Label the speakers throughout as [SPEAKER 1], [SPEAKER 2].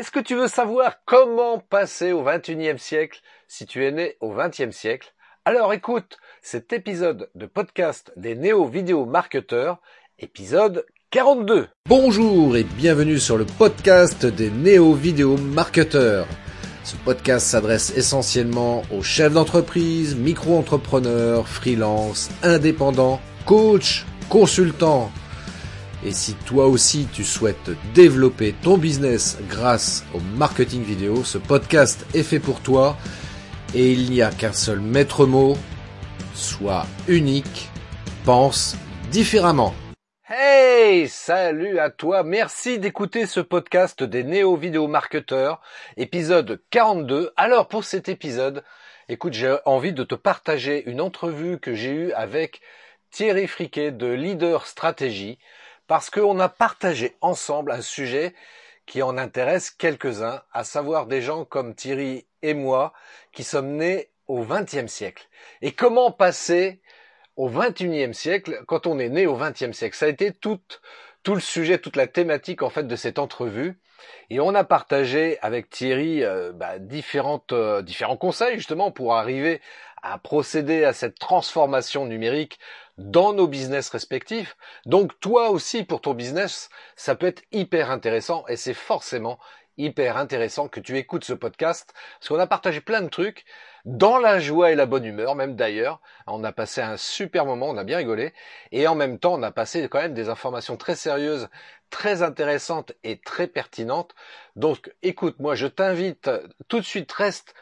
[SPEAKER 1] Est-ce que tu veux savoir comment passer au 21e siècle si tu es né au 20e siècle? Alors écoute cet épisode de podcast des néo-vidéo marketeurs, épisode 42.
[SPEAKER 2] Bonjour et bienvenue sur le podcast des néo-vidéo marketeurs. Ce podcast s'adresse essentiellement aux chefs d'entreprise, micro-entrepreneurs, freelance, indépendants, coachs, consultants. Et si toi aussi tu souhaites développer ton business grâce au marketing vidéo, ce podcast est fait pour toi et il n'y a qu'un seul maître mot, sois unique, pense différemment.
[SPEAKER 1] Hey, salut à toi, merci d'écouter ce podcast des néo-vidéo marketeurs, épisode 42. Alors pour cet épisode, écoute, j'ai envie de te partager une entrevue que j'ai eue avec Thierry Friquet de Leader Stratégie, parce qu'on a partagé ensemble un sujet qui en intéresse quelques-uns, à savoir des gens comme Thierry et moi qui sommes nés au XXe siècle. Et comment passer au XXIe siècle quand on est né au XXe siècle? Ça a été tout le sujet, toute la thématique en fait de cette entrevue. Et on a partagé avec Thierry différents conseils justement pour arriver à procéder à cette transformation numérique dans nos business respectifs. Donc toi aussi pour ton business, ça peut être hyper intéressant et c'est forcément hyper intéressant que tu écoutes ce podcast parce qu'on a partagé plein de trucs dans la joie et la bonne humeur même d'ailleurs. On a passé un super moment, on a bien rigolé et en même temps on a passé quand même des informations très sérieuses, très intéressantes et très pertinentes. Donc écoute, moi je t'invite tout de suite,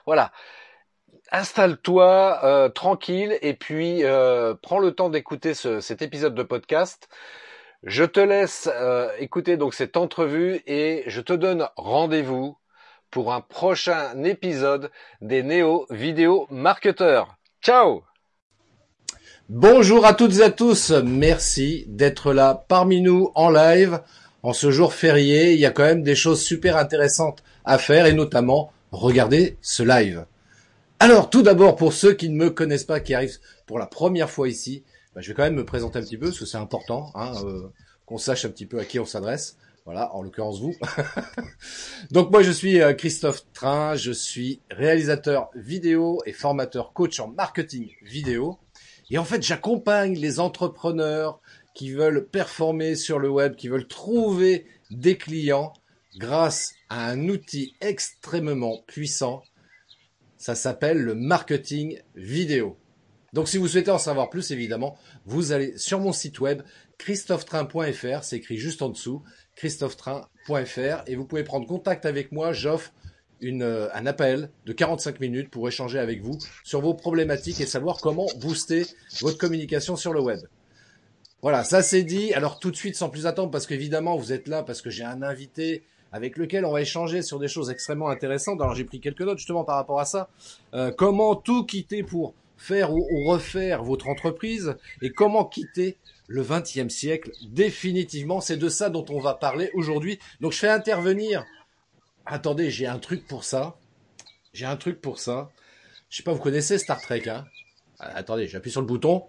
[SPEAKER 1] installe-toi tranquille et puis prends le temps d'écouter cet épisode de podcast. Je te laisse écouter donc cette entrevue et je te donne rendez-vous pour un prochain épisode des Néo Vidéo Marketeurs. Ciao!
[SPEAKER 2] Bonjour à toutes et à tous, merci d'être là parmi nous en live. En ce jour férié, il y a quand même des choses super intéressantes à faire et notamment regarder ce live. Alors tout d'abord, pour ceux qui ne me connaissent pas, qui arrivent pour la première fois ici, je vais quand même me présenter un petit peu parce que c'est important qu'on sache un petit peu à qui on s'adresse. Voilà, en l'occurrence vous. Donc moi je suis Christophe Train, je suis réalisateur vidéo et formateur coach en marketing vidéo. Et en fait j'accompagne les entrepreneurs qui veulent performer sur le web, qui veulent trouver des clients grâce à un outil extrêmement puissant. Ça s'appelle le marketing vidéo. Donc si vous souhaitez en savoir plus, évidemment, vous allez sur mon site web christophetrain.fr, c'est écrit juste en dessous, christophetrain.fr, et vous pouvez prendre contact avec moi. J'offre un appel de 45 minutes pour échanger avec vous sur vos problématiques et savoir comment booster votre communication sur le web. Voilà, ça c'est dit. Alors tout de suite, sans plus attendre, parce qu'évidemment vous êtes là, parce que j'ai un invité avec lequel on va échanger sur des choses extrêmement intéressantes. Alors j'ai pris quelques notes justement par rapport à ça. Comment tout quitter pour faire ou refaire votre entreprise et comment quitter le XXe siècle définitivement. C'est de ça dont on va parler aujourd'hui. Donc je fais intervenir... Attendez, j'ai un truc pour ça. Je sais pas, vous connaissez Star Trek, hein? Attendez, j'appuie sur le bouton.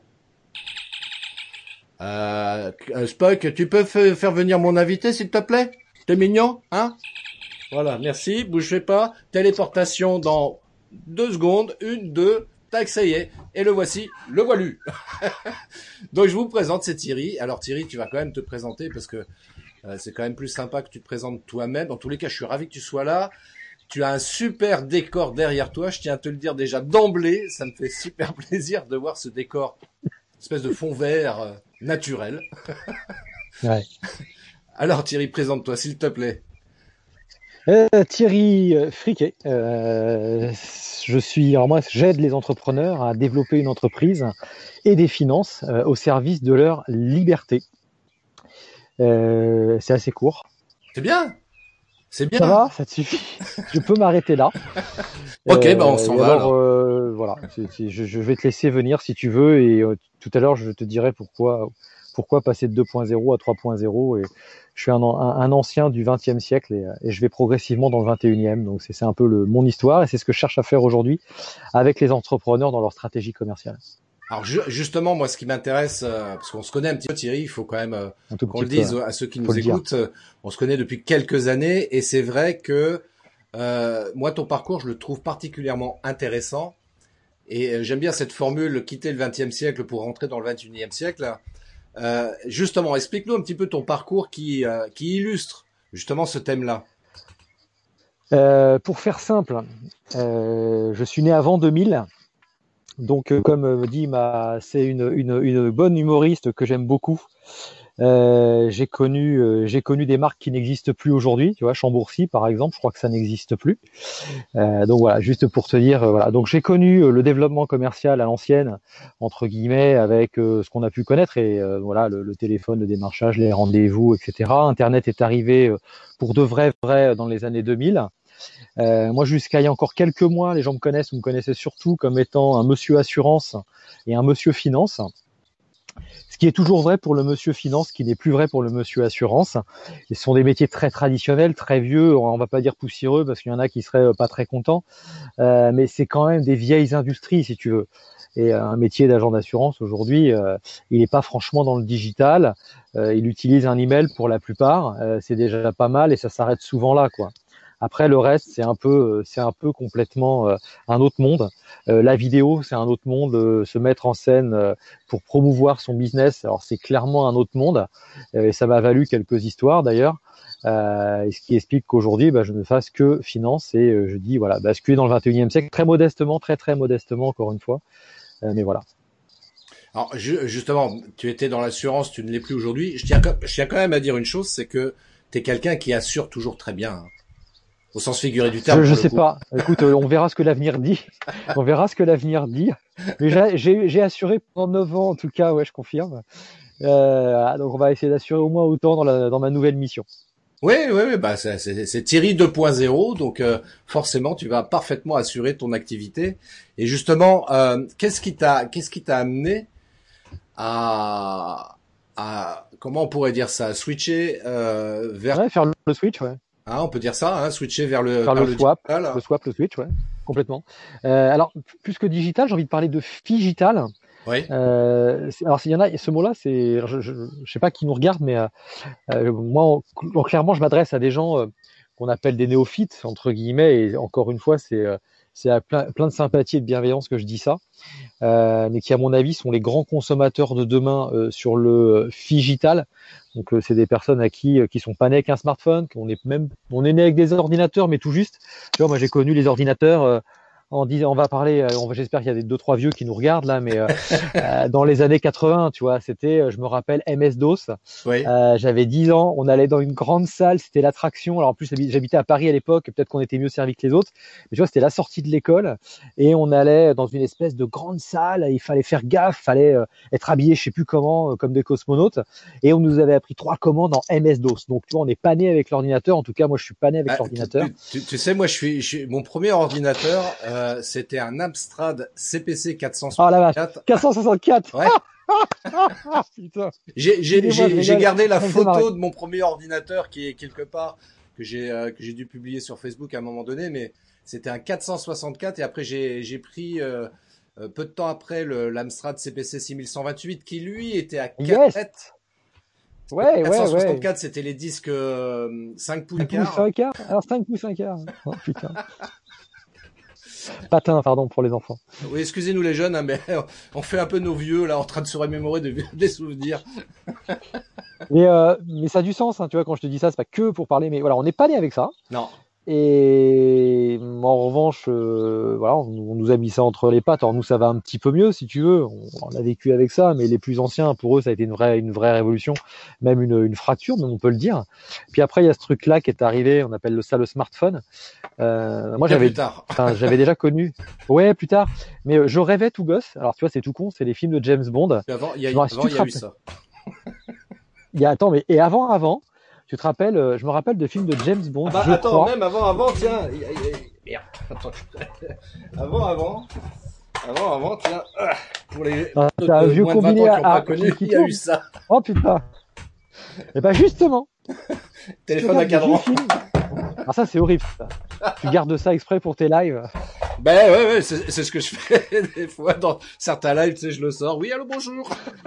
[SPEAKER 2] Spock, tu peux faire venir mon invité s'il te plaît? T'es mignon, hein? Voilà, merci, bougez pas. Téléportation dans 2 secondes. 1, 2, tac, ça y est. Et le voici, le voilu. Donc je vous présente, c'est Thierry. Alors Thierry, tu vas quand même te présenter parce que c'est quand même plus sympa que tu te présentes toi-même. Dans tous les cas, je suis ravi que tu sois là. Tu as un super décor derrière toi. Je tiens à te le dire déjà d'emblée. Ça me fait super plaisir de voir ce décor, espèce de fond vert naturel.
[SPEAKER 3] Ouais.
[SPEAKER 2] Alors Thierry, présente-toi s'il te plaît.
[SPEAKER 3] Thierry Friquet. Moi, j'aide les entrepreneurs à développer une entreprise et des finances au service de leur liberté. C'est assez court.
[SPEAKER 2] C'est bien. C'est bien.
[SPEAKER 3] Ça va, ça te suffit. Je peux m'arrêter là.
[SPEAKER 2] Ok, on s'en va. Alors,
[SPEAKER 3] voilà. Je vais te laisser venir si tu veux et tout à l'heure je te dirai pourquoi passer de 2.0 à 3.0 et je suis un ancien du XXe siècle et je vais progressivement dans le XXIe. Donc c'est un peu mon histoire et c'est ce que je cherche à faire aujourd'hui avec les entrepreneurs dans leur stratégie commerciale.
[SPEAKER 2] Alors justement, moi, ce qui m'intéresse, parce qu'on se connaît un petit peu, Thierry, il faut quand même
[SPEAKER 3] Un tout
[SPEAKER 2] qu'on
[SPEAKER 3] petit
[SPEAKER 2] le
[SPEAKER 3] peu,
[SPEAKER 2] dise à ceux qui
[SPEAKER 3] faut
[SPEAKER 2] nous
[SPEAKER 3] le dire.
[SPEAKER 2] écoutent. On se connaît depuis quelques années, et c'est vrai que moi, ton parcours, je le trouve particulièrement intéressant. Et j'aime bien cette formule, quitter le XXe siècle pour rentrer dans le XXIe siècle. Justement, explique-nous un petit peu ton parcours qui illustre justement ce thème-là.
[SPEAKER 3] Pour faire simple, je suis né avant 2000. Donc, comme dit c'est une bonne humoriste que j'aime beaucoup. J'ai connu des marques qui n'existent plus aujourd'hui. Tu vois, Chambourcy, par exemple, je crois que ça n'existe plus. Donc voilà, juste pour te dire, voilà. Donc j'ai connu le développement commercial à l'ancienne, entre guillemets, avec ce qu'on a pu connaître et voilà, le téléphone, le démarchage, les rendez-vous, etc. Internet est arrivé pour de vrai dans les années 2000. Moi, jusqu'à il y a encore quelques mois, les gens me connaissaient surtout comme étant un monsieur assurance et un monsieur finance. Ce qui est toujours vrai pour le monsieur finance, ce qui n'est plus vrai pour le monsieur assurance. Et ce sont des métiers très traditionnels, très vieux, on va pas dire poussiéreux parce qu'il y en a qui seraient pas très contents, mais c'est quand même des vieilles industries si tu veux. Et un métier d'agent d'assurance aujourd'hui, il n'est pas franchement dans le digital. Il utilise un email pour la plupart, c'est déjà pas mal et ça s'arrête souvent là, quoi. Après le reste, c'est un peu complètement un autre monde. La vidéo, c'est un autre monde. Se mettre en scène pour promouvoir son business, alors c'est clairement un autre monde. Et ça m'a valu quelques histoires d'ailleurs. Et ce qui explique qu'aujourd'hui, je ne fasse que finance et je dis voilà, basculer dans le 21e siècle très modestement, très modestement encore une fois. Mais voilà.
[SPEAKER 2] Alors justement, tu étais dans l'assurance, tu ne l'es plus aujourd'hui. Je tiens quand même à dire une chose, c'est que tu es quelqu'un qui assure toujours très bien. Hein. Au sens figuré du terme.
[SPEAKER 3] Je sais pas. Écoute, on verra ce que l'avenir dit. On verra ce que l'avenir dit. Mais j'ai assuré pendant 9 ans, en tout cas, ouais, je confirme. Donc on va essayer d'assurer au moins autant dans ma nouvelle mission.
[SPEAKER 2] Oui, c'est Thierry 2.0, donc forcément tu vas parfaitement assurer ton activité. Et justement, qu'est-ce qui t'a amené à comment on pourrait dire ça, switcher vers
[SPEAKER 3] faire le switch, ouais.
[SPEAKER 2] Hein, on peut dire ça, hein, switcher vers le
[SPEAKER 3] swap,
[SPEAKER 2] digital.
[SPEAKER 3] le switch, ouais, complètement. Alors plus que digital, j'ai envie de parler de figital.
[SPEAKER 2] Oui.
[SPEAKER 3] Alors s'il y en a, ce mot-là, c'est, je sais pas qui nous regarde, mais moi, clairement, je m'adresse à des gens qu'on appelle des néophytes entre guillemets. Et encore une fois, c'est à plein de sympathie et de bienveillance que je dis ça, mais qui à mon avis sont les grands consommateurs de demain sur le figital. Donc c'est des personnes qui sont pas nées avec un smartphone, on est né avec des ordinateurs, mais tout juste. Tu vois, moi j'ai connu les ordinateurs. On va parler, j'espère qu'il y a des 2-3 vieux qui nous regardent là, mais dans les années 80, tu vois, c'était, je me rappelle, MS-DOS.
[SPEAKER 2] Oui.
[SPEAKER 3] J'avais 10 ans, on allait dans une grande salle, c'était l'attraction. Alors en plus, j'habitais à Paris à l'époque, peut-être qu'on était mieux servi que les autres. Mais tu vois, c'était la sortie de l'école et on allait dans une espèce de grande salle. Il fallait faire gaffe, fallait être habillé, je sais plus comment, comme des cosmonautes. Et on nous avait appris 3 commandes en MS-DOS. Donc tu vois, on n'est pas né avec l'ordinateur. En tout cas, moi, je suis pas né avec l'ordinateur.
[SPEAKER 2] Tu sais, moi, mon premier ordinateur. C'était un Amstrad CPC 464.
[SPEAKER 3] Oh la vache, 464.
[SPEAKER 2] Ouais.
[SPEAKER 3] Putain.
[SPEAKER 2] J'ai gardé la photo de mon premier ordinateur qui est quelque part que j'ai dû publier sur Facebook à un moment donné, mais c'était un 464 et après j'ai pris peu de temps après l'Amstrad CPC 6128 qui lui était à 4
[SPEAKER 3] yes. Ouais,
[SPEAKER 2] 464 c'était les disques 5 pouces
[SPEAKER 3] 5 quart. Alors 5 pouces 5 quart. Oh putain. Patin, pardon, pour les enfants.
[SPEAKER 2] Oui, excusez-nous les jeunes, hein, mais on fait un peu nos vieux là, en train de se remémorer des souvenirs.
[SPEAKER 3] Mais ça a du sens, hein, tu vois, quand je te dis ça, c'est pas que pour parler, mais voilà, on n'est pas né avec ça.
[SPEAKER 2] Non.
[SPEAKER 3] Et en revanche, voilà, on nous a mis ça entre les pattes. Alors nous, ça va un petit peu mieux, si tu veux. On a vécu avec ça, mais les plus anciens, pour eux, ça a été une vraie révolution, même une fracture, même on peut le dire. Puis après, il y a ce truc-là qui est arrivé, on appelle ça le smartphone. Moi, j'avais déjà connu. Ouais, plus tard. Mais je rêvais tout gosse. Alors tu vois, c'est tout con, c'est les films de James Bond.
[SPEAKER 2] Il y a eu ça.
[SPEAKER 3] Attends, mais et avant. Tu te rappelles, je me rappelle de films de James Bond.
[SPEAKER 2] Attends, même avant, tiens. Merde. Avant, tiens. Pour les
[SPEAKER 3] un vieux combiné
[SPEAKER 2] qui y a eu ça.
[SPEAKER 3] Oh putain. Et ben justement.
[SPEAKER 2] Téléphone à cadran.
[SPEAKER 3] Alors ça, c'est horrible. Ça. Tu gardes ça exprès pour tes lives.
[SPEAKER 2] Ben ouais, c'est ce que je fais des fois dans certains lives, tu sais, je le sors. Oui, allô, bonjour.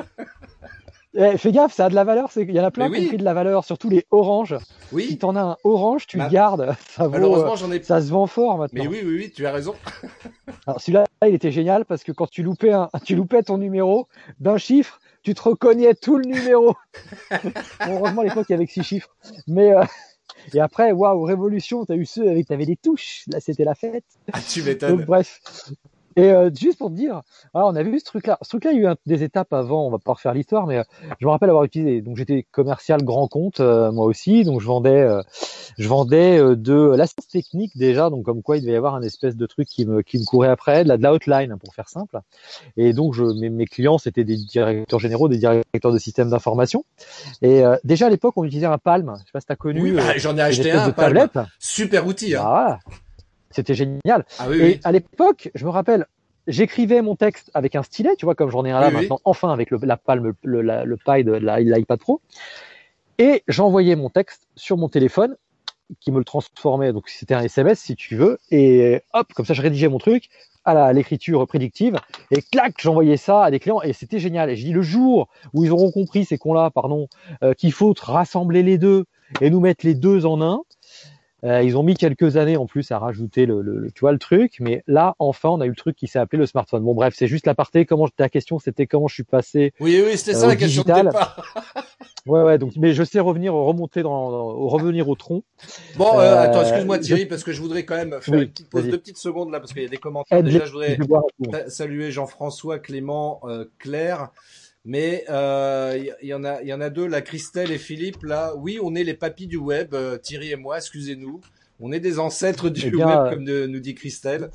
[SPEAKER 3] Fais gaffe, ça a de la valeur. Il y en a plein
[SPEAKER 2] Mais
[SPEAKER 3] qui ont
[SPEAKER 2] oui.
[SPEAKER 3] pris de la valeur, surtout les oranges. Si
[SPEAKER 2] Oui.
[SPEAKER 3] t'en as un orange, tu le
[SPEAKER 2] Ma-
[SPEAKER 3] gardes. Ça vaut,
[SPEAKER 2] Malheureusement, j'en ai.
[SPEAKER 3] ça se vend fort
[SPEAKER 2] Mais
[SPEAKER 3] maintenant.
[SPEAKER 2] oui, tu as raison.
[SPEAKER 3] Alors celui-là, il était génial parce que quand tu loupais ton numéro d'un chiffre, tu te recognais tout le numéro. Bon, heureusement, à l'époque, il y avait que 6 chiffres. Mais et après, waouh, Révolution, t'as eu ceux avec, t'avais des touches. Là, c'était la fête.
[SPEAKER 2] Ah, tu
[SPEAKER 3] Donc
[SPEAKER 2] m'étonnes.
[SPEAKER 3] bref. Et juste pour te dire, alors on avait vu ce truc-là. Ce truc-là, il y a eu des étapes avant. On va pas refaire l'histoire, mais je me rappelle avoir utilisé. Donc j'étais commercial grand compte, moi aussi. Donc je vendais de l'assistance technique déjà. Donc comme quoi il devait y avoir un espèce de truc qui me courait après, de la hotline hein, pour faire simple. Et donc mes clients c'était des directeurs généraux, des directeurs de systèmes d'information. Et déjà à l'époque on utilisait un Palm. Je sais pas si t'as
[SPEAKER 2] Oui,
[SPEAKER 3] connu
[SPEAKER 2] bah, j'en ai
[SPEAKER 3] une
[SPEAKER 2] acheté
[SPEAKER 3] espèce
[SPEAKER 2] un,
[SPEAKER 3] de
[SPEAKER 2] Palm.
[SPEAKER 3] tablette.
[SPEAKER 2] Super outil, hein.
[SPEAKER 3] Bah voilà. C'était génial.
[SPEAKER 2] Ah oui,
[SPEAKER 3] Et
[SPEAKER 2] oui.
[SPEAKER 3] à l'époque, je me rappelle, j'écrivais mon texte avec un stylet, tu vois, comme j'en ai un là
[SPEAKER 2] Oui, oui.
[SPEAKER 3] maintenant, enfin avec la palme, le Pi de l'iPad Pro. Et j'envoyais mon texte sur mon téléphone, qui me le transformait, donc c'était un SMS si tu veux, et hop, comme ça je rédigeais mon truc à l'écriture prédictive, et clac, j'envoyais ça à des clients, et c'était génial. Et je dis, le jour où ils auront compris, ces cons-là, pardon, qu'il faut rassembler les deux et nous mettre les deux en un, ils ont mis quelques années en plus à rajouter tu vois le truc, mais là enfin on a eu le truc qui s'est appelé le smartphone. Bon bref, c'est juste l'aparté. Ta question c'était comment je suis passé
[SPEAKER 2] Oui, c'était ça
[SPEAKER 3] au
[SPEAKER 2] la question de
[SPEAKER 3] digital.
[SPEAKER 2] départ.
[SPEAKER 3] Ouais, donc mais je sais revenir au tronc.
[SPEAKER 2] Bon, attends, excuse-moi
[SPEAKER 3] Je...
[SPEAKER 2] Thierry, parce que je voudrais quand même faire une
[SPEAKER 3] Oui,
[SPEAKER 2] petite pause
[SPEAKER 3] vas-y.
[SPEAKER 2] de petites secondes là, parce qu'il y a des commentaires.
[SPEAKER 3] Aide-les,
[SPEAKER 2] Déjà, je
[SPEAKER 3] je
[SPEAKER 2] voudrais
[SPEAKER 3] vais boire un coup.
[SPEAKER 2] saluer Jean-François, Clément, Claire. Mais il y en a deux, là, Christelle et Philippe. Là, oui, on est les papis du web, Thierry et moi. Excusez-nous, on est des ancêtres
[SPEAKER 3] Eh
[SPEAKER 2] du web,
[SPEAKER 3] bien,
[SPEAKER 2] comme nous dit Christelle.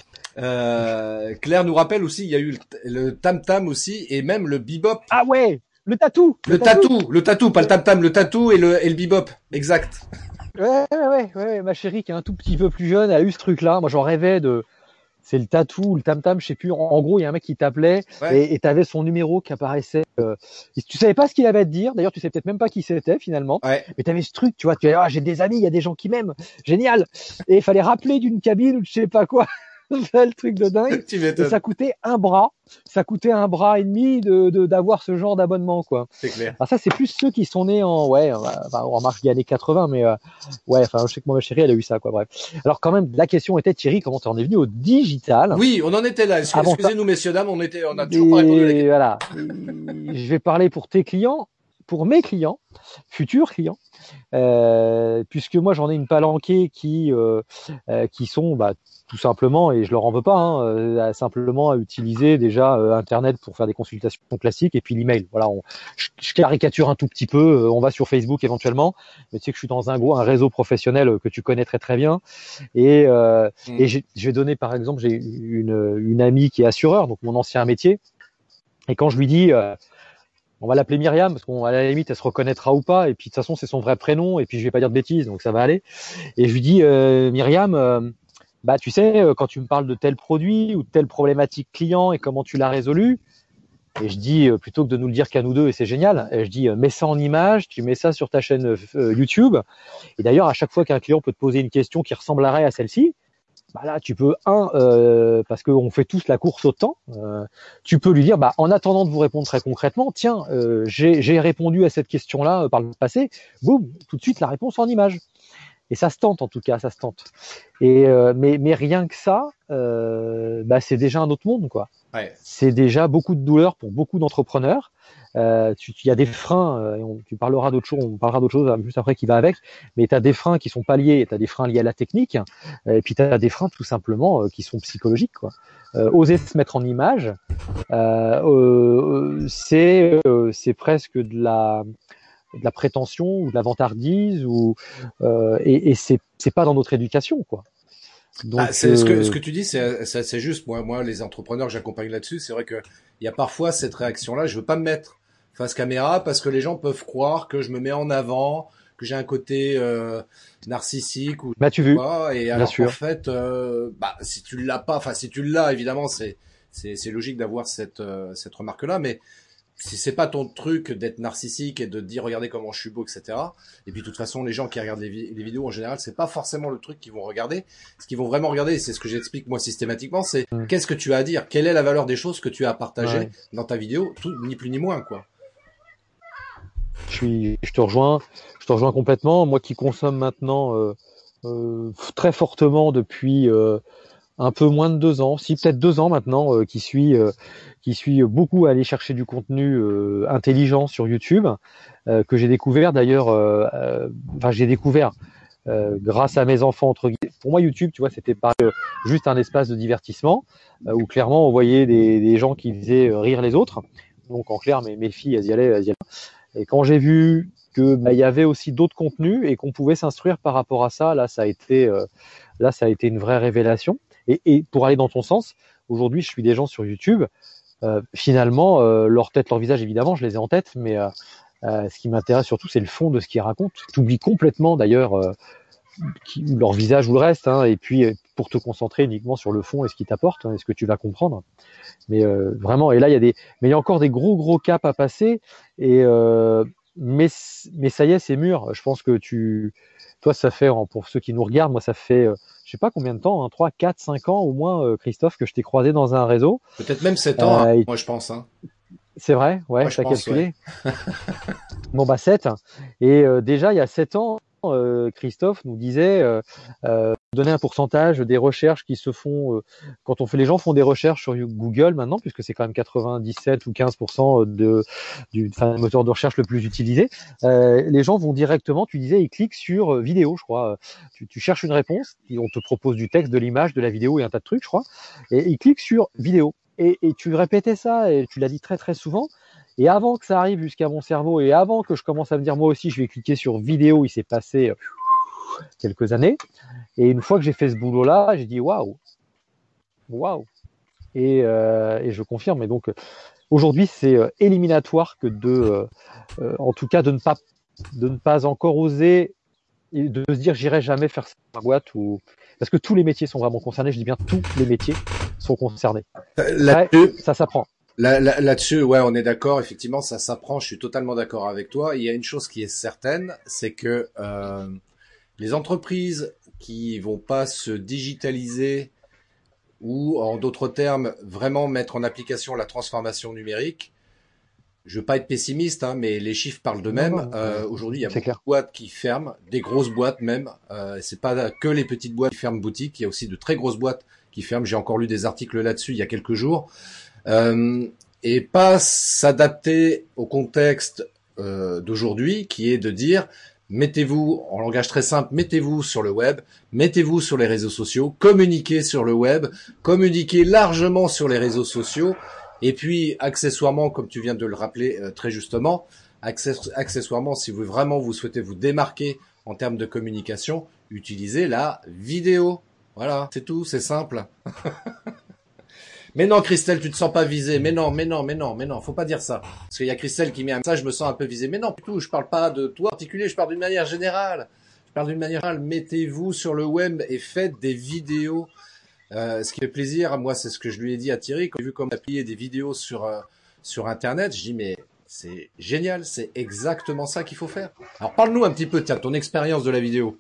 [SPEAKER 2] Claire nous rappelle aussi, il y a eu le tam tam aussi, et même le bebop.
[SPEAKER 3] ah ouais, le tatou.
[SPEAKER 2] Le tatou, pas le tam tam, le tatou et le bebop, exact.
[SPEAKER 3] Ouais, ma chérie qui est un tout petit peu plus jeune a eu ce truc-là. Moi, j'en rêvais de. C'est le tatou ou le tam-tam, je sais plus. En gros, il y a un mec qui t'appelait
[SPEAKER 2] Ouais.
[SPEAKER 3] et t'avais son numéro qui apparaissait. Tu savais pas ce qu'il avait à te dire. D'ailleurs, tu sais peut-être même pas qui c'était finalement.
[SPEAKER 2] Ouais.
[SPEAKER 3] Mais t'avais ce truc, tu vois. Tu disais, ah, j'ai des amis, il y a des gens qui m'aiment. Génial. Et il fallait rappeler d'une cabine ou je sais pas quoi. Le truc de dingue.
[SPEAKER 2] Tu
[SPEAKER 3] Et
[SPEAKER 2] m'étonnes.
[SPEAKER 3] ça coûtait un bras. Ça coûtait un bras et demi d'avoir ce genre d'abonnement, quoi.
[SPEAKER 2] C'est clair.
[SPEAKER 3] Alors ça, c'est plus ceux qui sont nés en marche des années 80, mais ouais, enfin, je sais que moi, ma chérie, elle a eu ça, quoi, bref. Alors quand même, la question était, Thierry, comment t'en es venu au digital?
[SPEAKER 2] Oui, on en était là.
[SPEAKER 3] Avant
[SPEAKER 2] Excusez-nous, messieurs, dames, on a toujours pas répondu à la
[SPEAKER 3] et
[SPEAKER 2] question.
[SPEAKER 3] voilà. Je vais parler pour tes clients, pour mes clients, futurs clients, puisque moi j'en ai une palanquée qui sont tout simplement, et je leur en veux pas, hein, simplement à utiliser déjà Internet pour faire des consultations classiques et puis l'email. Voilà, je caricature un tout petit peu. On va sur Facebook éventuellement, mais tu sais que je suis dans un réseau professionnel que tu connais très très bien. Et je vais donner par exemple, j'ai une amie qui est assureur, donc mon ancien métier. Et quand je lui dis on va l'appeler Myriam parce qu'à la limite elle se reconnaîtra ou pas, et puis de toute façon c'est son vrai prénom et puis je vais pas dire de bêtises donc ça va aller. Et je lui dis Myriam, tu sais quand tu me parles de tel produit ou de telle problématique client et comment tu l'as résolu, et je dis plutôt que de nous le dire qu'à nous deux, et c'est génial, et je dis mets ça en image, tu mets ça sur ta chaîne YouTube, et d'ailleurs à chaque fois qu'un client peut te poser une question qui ressemblerait à celle-ci, là tu peux parce qu'on fait tous la course au temps, tu peux lui dire en attendant de vous répondre très concrètement, tiens j'ai répondu à cette question-là par le passé, boum, tout de suite la réponse en image. Et ça se tente, en tout cas, ça se tente. Et mais rien que ça, c'est déjà un autre monde, quoi.
[SPEAKER 2] Ouais.
[SPEAKER 3] C'est déjà beaucoup de douleur pour beaucoup d'entrepreneurs. Il y a des freins. Tu parleras d'autre chose. On parlera d'autre chose juste après qui va avec. Mais tu as des freins qui sont pas liés. Tu as des freins liés à la technique. Et puis tu as des freins tout simplement qui sont psychologiques, quoi. Oser se mettre en image, c'est presque de la prétention ou de la vantardise et c'est pas dans notre éducation, quoi. Donc
[SPEAKER 2] c'est ce que tu dis, c'est juste. Moi, les entrepreneurs que j'accompagne là-dessus, c'est vrai que il y a parfois cette réaction-là. Je veux pas me mettre face caméra parce que les gens peuvent croire que je me mets en avant, que j'ai un côté narcissique ou
[SPEAKER 3] tu vu,
[SPEAKER 2] pas. Et alors qu'en fait, si tu l'as pas, enfin si tu l'as, évidemment, c'est logique d'avoir cette remarque-là, mais si c'est pas ton truc d'être narcissique et de te dire regardez comment je suis beau, etc. Et puis de toute façon, les gens qui regardent les vidéos en général, c'est pas forcément le truc qu'ils vont regarder. Ce qu'ils vont vraiment regarder, c'est ce que j'explique moi systématiquement, c'est qu'est-ce que tu as à dire, quelle est la valeur des choses que tu as à partager dans ta vidéo, tout, ni plus ni moins, quoi.
[SPEAKER 3] Je te rejoins complètement. Moi qui consomme maintenant très fortement depuis un peu moins de 2 ans, si peut-être 2 ans maintenant, qui suis beaucoup à aller chercher du contenu intelligent sur YouTube, que j'ai découvert d'ailleurs. J'ai découvert grâce à mes enfants entre guillemets. Pour moi, YouTube, tu vois, c'était pas juste un espace de divertissement où clairement on voyait des gens qui faisaient rire les autres. Donc en clair, mes filles, elles y allaient. Et quand j'ai vu que il y avait aussi d'autres contenus et qu'on pouvait s'instruire par rapport à ça, là ça a été une vraie révélation. Et pour aller dans ton sens, aujourd'hui je suis des gens sur YouTube. Finalement, leur tête, leur visage, évidemment, je les ai en tête, mais ce qui m'intéresse surtout, c'est le fond de ce qu'ils racontent. Tu oublies complètement d'ailleurs leur visage ou le reste, hein, et puis pour te concentrer uniquement sur le fond et ce qu'ils t'apportent, et ce que tu vas comprendre. Mais vraiment, et là mais il y a encore des gros caps à passer. Et mais ça y est, c'est mûr. Je pense que toi, ça fait, pour ceux qui nous regardent, moi, ça fait, je sais pas combien de temps, hein, 3, 4, 5 ans au moins, Christophe, que je t'ai croisé dans un réseau.
[SPEAKER 2] Peut-être même 7 ans, hein, moi je pense. Hein.
[SPEAKER 3] C'est vrai, ouais, t'as calculé. Ouais. Bon, 7. Et déjà, il y a 7 ans, Christophe nous disait donner un pourcentage des recherches qui se font quand les gens font des recherches sur Google maintenant, puisque c'est quand même 97 ou 15% du moteur de recherche le plus utilisé. Les gens vont directement, tu disais, ils cliquent sur vidéo, je crois. Tu cherches une réponse, on te propose du texte, de l'image, de la vidéo et un tas de trucs, je crois, et ils cliquent sur vidéo. Et tu répétais ça, et tu l'as dit très très souvent. Et avant que ça arrive jusqu'à mon cerveau, et avant que je commence à me dire moi aussi je vais cliquer sur vidéo, il s'est passé quelques années. Et une fois que j'ai fait ce boulot-là, j'ai dit waouh. Et je confirme. Et donc aujourd'hui c'est éliminatoire que en tout cas de ne pas encore oser et de se dire j'irai jamais faire ça dans ma boîte, parce que tous les métiers sont vraiment concernés. Je dis bien tous les métiers sont concernés. Ça s'apprend.
[SPEAKER 2] Là-dessus, ouais, on est d'accord. Effectivement, ça s'apprend. Je suis totalement d'accord avec toi. Il y a une chose qui est certaine, c'est que les entreprises qui vont pas se digitaliser ou, en d'autres termes, vraiment mettre en application la transformation numérique. Je veux pas être pessimiste, hein, mais les chiffres parlent d'eux-mêmes. Aujourd'hui, il y a beaucoup de boîtes qui ferment, des grosses boîtes même. C'est pas que les petites boîtes qui ferment boutique. Il y a aussi de très grosses boîtes qui ferment. J'ai encore lu des articles là-dessus il y a quelques jours. Et pas s'adapter au contexte d'aujourd'hui, qui est de dire mettez-vous, en langage très simple, mettez-vous sur le web, mettez-vous sur les réseaux sociaux, communiquez sur le web, communiquez largement sur les réseaux sociaux, et puis accessoirement, comme tu viens de le rappeler très justement, accessoirement, si vous souhaitez vous démarquer en termes de communication, utilisez la vidéo. Voilà, c'est tout, c'est simple. Mais non, Christelle, tu te sens pas visée. Mais non, faut pas dire ça. Parce qu'il y a Christelle qui met un message, je me sens un peu visée. Mais non, du tout, je parle pas de toi en particulier, je parle d'une manière générale. Mettez-vous sur le web et faites des vidéos. Ce qui fait plaisir, moi, c'est ce que je lui ai dit à Thierry, quand j'ai vu comment appuyer des vidéos sur Internet, je dis, mais c'est génial, c'est exactement ça qu'il faut faire. Alors, parle-nous un petit peu, tiens, ton expérience de la vidéo.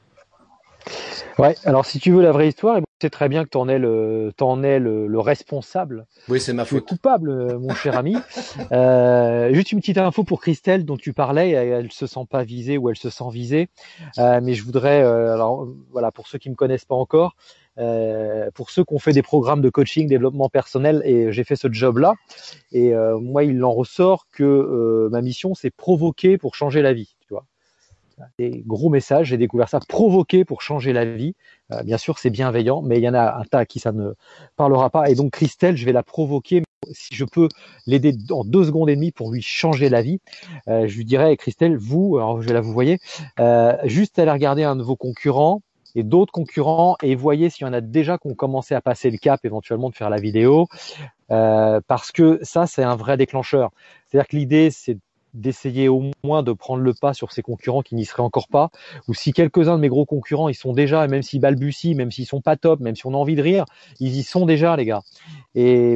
[SPEAKER 3] Ouais, alors si tu veux la vraie histoire, c'est très bien que t'en es le responsable.
[SPEAKER 2] Oui, c'est ma faute.
[SPEAKER 3] Tu es coupable, mon cher ami. Juste une petite info pour Christelle dont tu parlais, elle se sent pas visée ou elle se sent visée. Mais je voudrais, alors voilà, pour ceux qui me connaissent pas encore, pour ceux qui ont fait des programmes de coaching, développement personnel, et j'ai fait ce job-là. Et moi, il en ressort que ma mission, c'est provoquer pour changer la vie. Tu vois. Des gros messages, j'ai découvert ça, provoquer pour changer la vie. Bien sûr, c'est bienveillant, mais il y en a un tas à qui ça ne parlera pas. Et donc, Christelle, je vais la provoquer. Si je peux l'aider en 2 secondes et demie pour lui changer la vie, je lui dirais, Christelle, alors je vais vous voyez, juste aller regarder un de vos concurrents et d'autres concurrents et voyez s'il y en a déjà qui ont commencé à passer le cap éventuellement de faire la vidéo, parce que ça, c'est un vrai déclencheur. C'est-à-dire que l'idée, c'est d'essayer au moins de prendre le pas sur ces concurrents qui n'y seraient encore pas, ou si quelques-uns de mes gros concurrents, ils sont déjà, et même s'ils balbutient, même s'ils sont pas top, même si on a envie de rire, ils y sont déjà, les gars. Et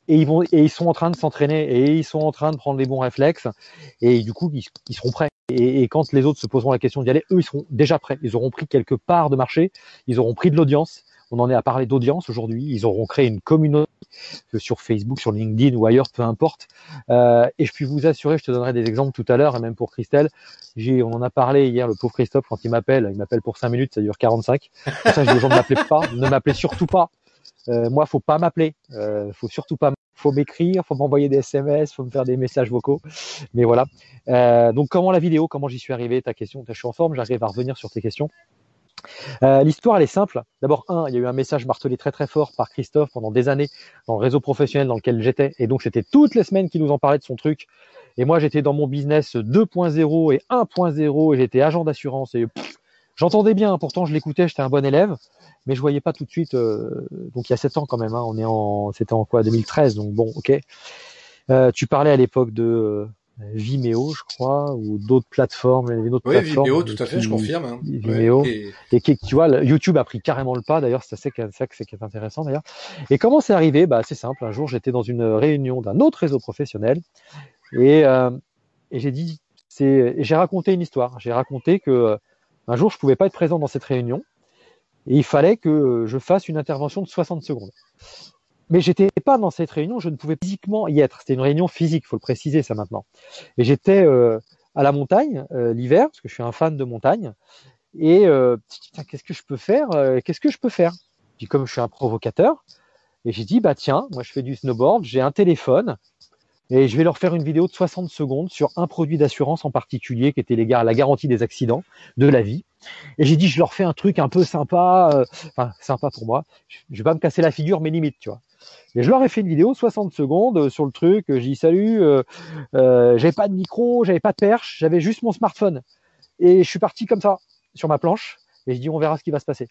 [SPEAKER 3] et ils sont en train de s'entraîner et ils sont en train de prendre les bons réflexes et du coup ils seront prêts. Et quand les autres se poseront la question d'y aller, eux ils seront déjà prêts. Ils auront pris quelque part de marché, ils auront pris de l'audience. On en est à parler d'audience aujourd'hui. Ils auront créé une communauté sur Facebook, sur LinkedIn ou ailleurs, peu importe. Et je puis vous assurer, je te donnerai des exemples tout à l'heure, et même pour Christelle. On en a parlé hier, le pauvre Christophe, quand il m'appelle pour 5 minutes, ça dure 45. Pour ça, je dis aux gens de m'appeler pas, ne m'appelez surtout pas. Moi, faut pas m'appeler, faut surtout pas, faut m'écrire, faut m'envoyer des SMS, faut me faire des messages vocaux. Mais voilà. Donc, comment la vidéo, comment j'y suis arrivé, ta question, je suis en forme, j'arrive à revenir sur tes questions. L'histoire, elle est simple. D'abord, il y a eu un message martelé très très fort par Christophe pendant des années dans le réseau professionnel dans lequel j'étais. Et donc, c'était toutes les semaines qu'il nous en parlait de son truc. Et moi, j'étais dans mon business 2.0 et 1.0 et j'étais agent d'assurance. Et j'entendais bien, pourtant je l'écoutais, j'étais un bon élève, mais je voyais pas tout de suite. Donc, il y a 7 ans quand même. C'était en quoi, 2013. Donc bon, ok. Tu parlais à l'époque de Vimeo, je crois, ou d'autres plateformes. Il y avait une autre plateforme.
[SPEAKER 2] Vimeo, tout à fait, je confirme. Hein.
[SPEAKER 3] Vimeo.
[SPEAKER 2] Ouais,
[SPEAKER 3] et qui, tu vois, YouTube a pris carrément le pas. D'ailleurs, c'est ça qui est intéressant d'ailleurs. Et comment c'est arrivé? C'est simple. Un jour, j'étais dans une réunion d'un autre réseau professionnel et j'ai dit, j'ai raconté une histoire. J'ai raconté que un jour, je pouvais pas être présent dans cette réunion et il fallait que je fasse une intervention de 60 secondes. Mais j'étais pas dans cette réunion, je ne pouvais physiquement y être. C'était une réunion physique, faut le préciser ça maintenant. Et j'étais à la montagne l'hiver, parce que je suis un fan de montagne. Et qu'est-ce que je peux faire Puis comme je suis un provocateur, et j'ai dit tiens, moi je fais du snowboard, j'ai un téléphone et je vais leur faire une vidéo de 60 secondes sur un produit d'assurance en particulier qui était la garantie des accidents de la vie. Et j'ai dit je leur fais un truc un peu sympa, sympa pour moi. Je vais pas me casser la figure, mais limite, tu vois. Et je leur ai fait une vidéo 60 secondes sur le truc. J'ai dit salut, j'avais pas de micro, j'avais pas de perche, j'avais juste mon smartphone. Et je suis parti comme ça sur ma planche. Et je dis on verra ce qui va se passer.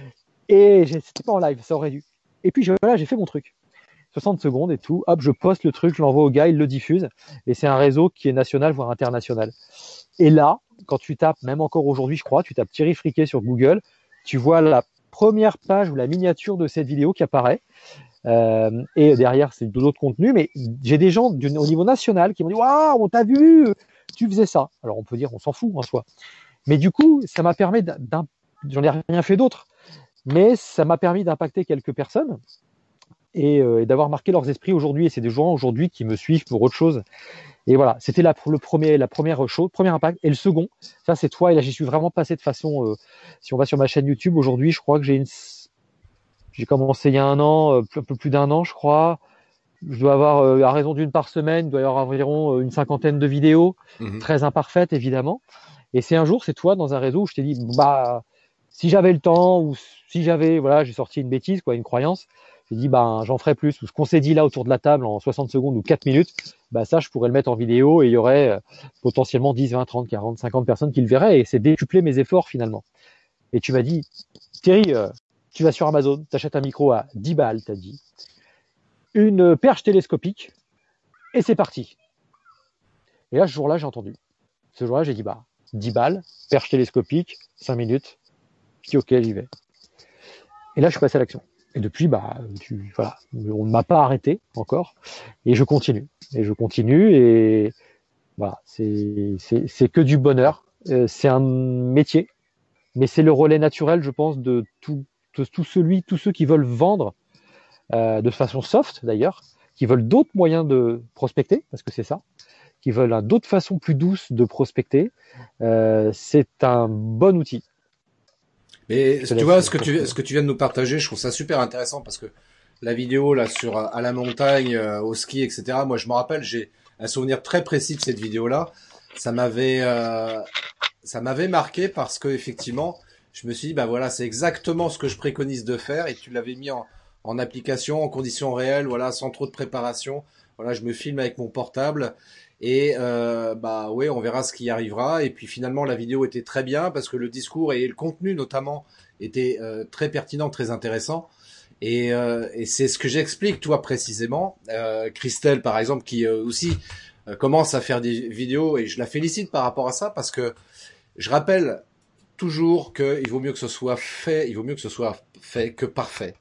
[SPEAKER 3] Et c'était pas en live, ça aurait dû. Et puis voilà, j'ai fait mon truc. 60 secondes et tout. Hop, je poste le truc, je l'envoie au gars, il le diffuse. Et c'est un réseau qui est national, voire international. Et là, quand tu tapes, même encore aujourd'hui, je crois, tu tapes Thierry Friquet sur Google, tu vois la première page ou la miniature de cette vidéo qui apparaît. Et derrière, c'est d'autres contenus. Mais j'ai des gens au niveau national qui m'ont dit waouh, on t'a vu, tu faisais ça. Alors on peut dire, on s'en fout en soi. Mais du coup, ça m'a permis j'en ai rien fait d'autre, mais ça m'a permis d'impacter quelques personnes et d'avoir marqué leurs esprits aujourd'hui. Et c'est des gens aujourd'hui qui me suivent pour autre chose. Et voilà, c'était la première chose, premier impact. Et le second, ça c'est toi. Et là, j'y suis vraiment passé de façon. Si on va sur ma chaîne YouTube aujourd'hui, je crois que j'ai commencé il y a un an, un peu plus d'un an, je crois. Je dois avoir, à raison d'une par semaine, il doit y avoir environ une 50aine de vidéos, très imparfaites évidemment. Et c'est un jour, c'est toi dans un réseau où je t'ai dit, si j'avais le temps ou si j'avais, voilà, j'ai sorti une bêtise, quoi, une croyance. J'ai dit, j'en ferai plus. Ou ce qu'on s'est dit là autour de la table en 60 secondes ou 4 minutes, ça, je pourrais le mettre en vidéo et il y aurait potentiellement 10, 20, 30, 40, 50 personnes qui le verraient et c'est décupler mes efforts finalement. Et tu m'as dit, Thierry, tu vas sur Amazon, t'achètes un micro à 10 balles, t'as dit, une perche télescopique et c'est parti. Et là, ce jour-là, j'ai entendu. Ce jour-là, j'ai dit, 10 balles, perche télescopique, 5 minutes. Je dis, ok, j'y vais. Et là, je suis passé à l'action. Et depuis, voilà, on ne m'a pas arrêté encore. Et je continue. Et voilà, c'est que du bonheur. C'est un métier, mais c'est le relais naturel, je pense, de tous ceux qui veulent vendre de façon soft, d'ailleurs, qui veulent d'autres moyens de prospecter, parce que c'est ça, qui veulent d'autres façons plus douces de prospecter. C'est un bon outil.
[SPEAKER 2] Mais tu vois, ce que tu viens de nous partager, je trouve ça super intéressant parce que la vidéo là sur à la montagne, au ski, etc. Moi, je me rappelle, j'ai un souvenir très précis de cette vidéo-là. Ça m'avait marqué parce que effectivement, je me suis dit, voilà, c'est exactement ce que je préconise de faire et tu l'avais mis en application, en conditions réelles, voilà, sans trop de préparation. Voilà, je me filme avec mon portable. Et ouais, on verra ce qui arrivera. Et puis finalement, la vidéo était très bien parce que le discours et le contenu notamment étaient très pertinents, très intéressants. Et c'est ce que j'explique, toi précisément. Christelle, par exemple, qui aussi commence à faire des vidéos et je la félicite par rapport à ça parce que je rappelle toujours qu'il vaut mieux que ce soit fait, que parfait.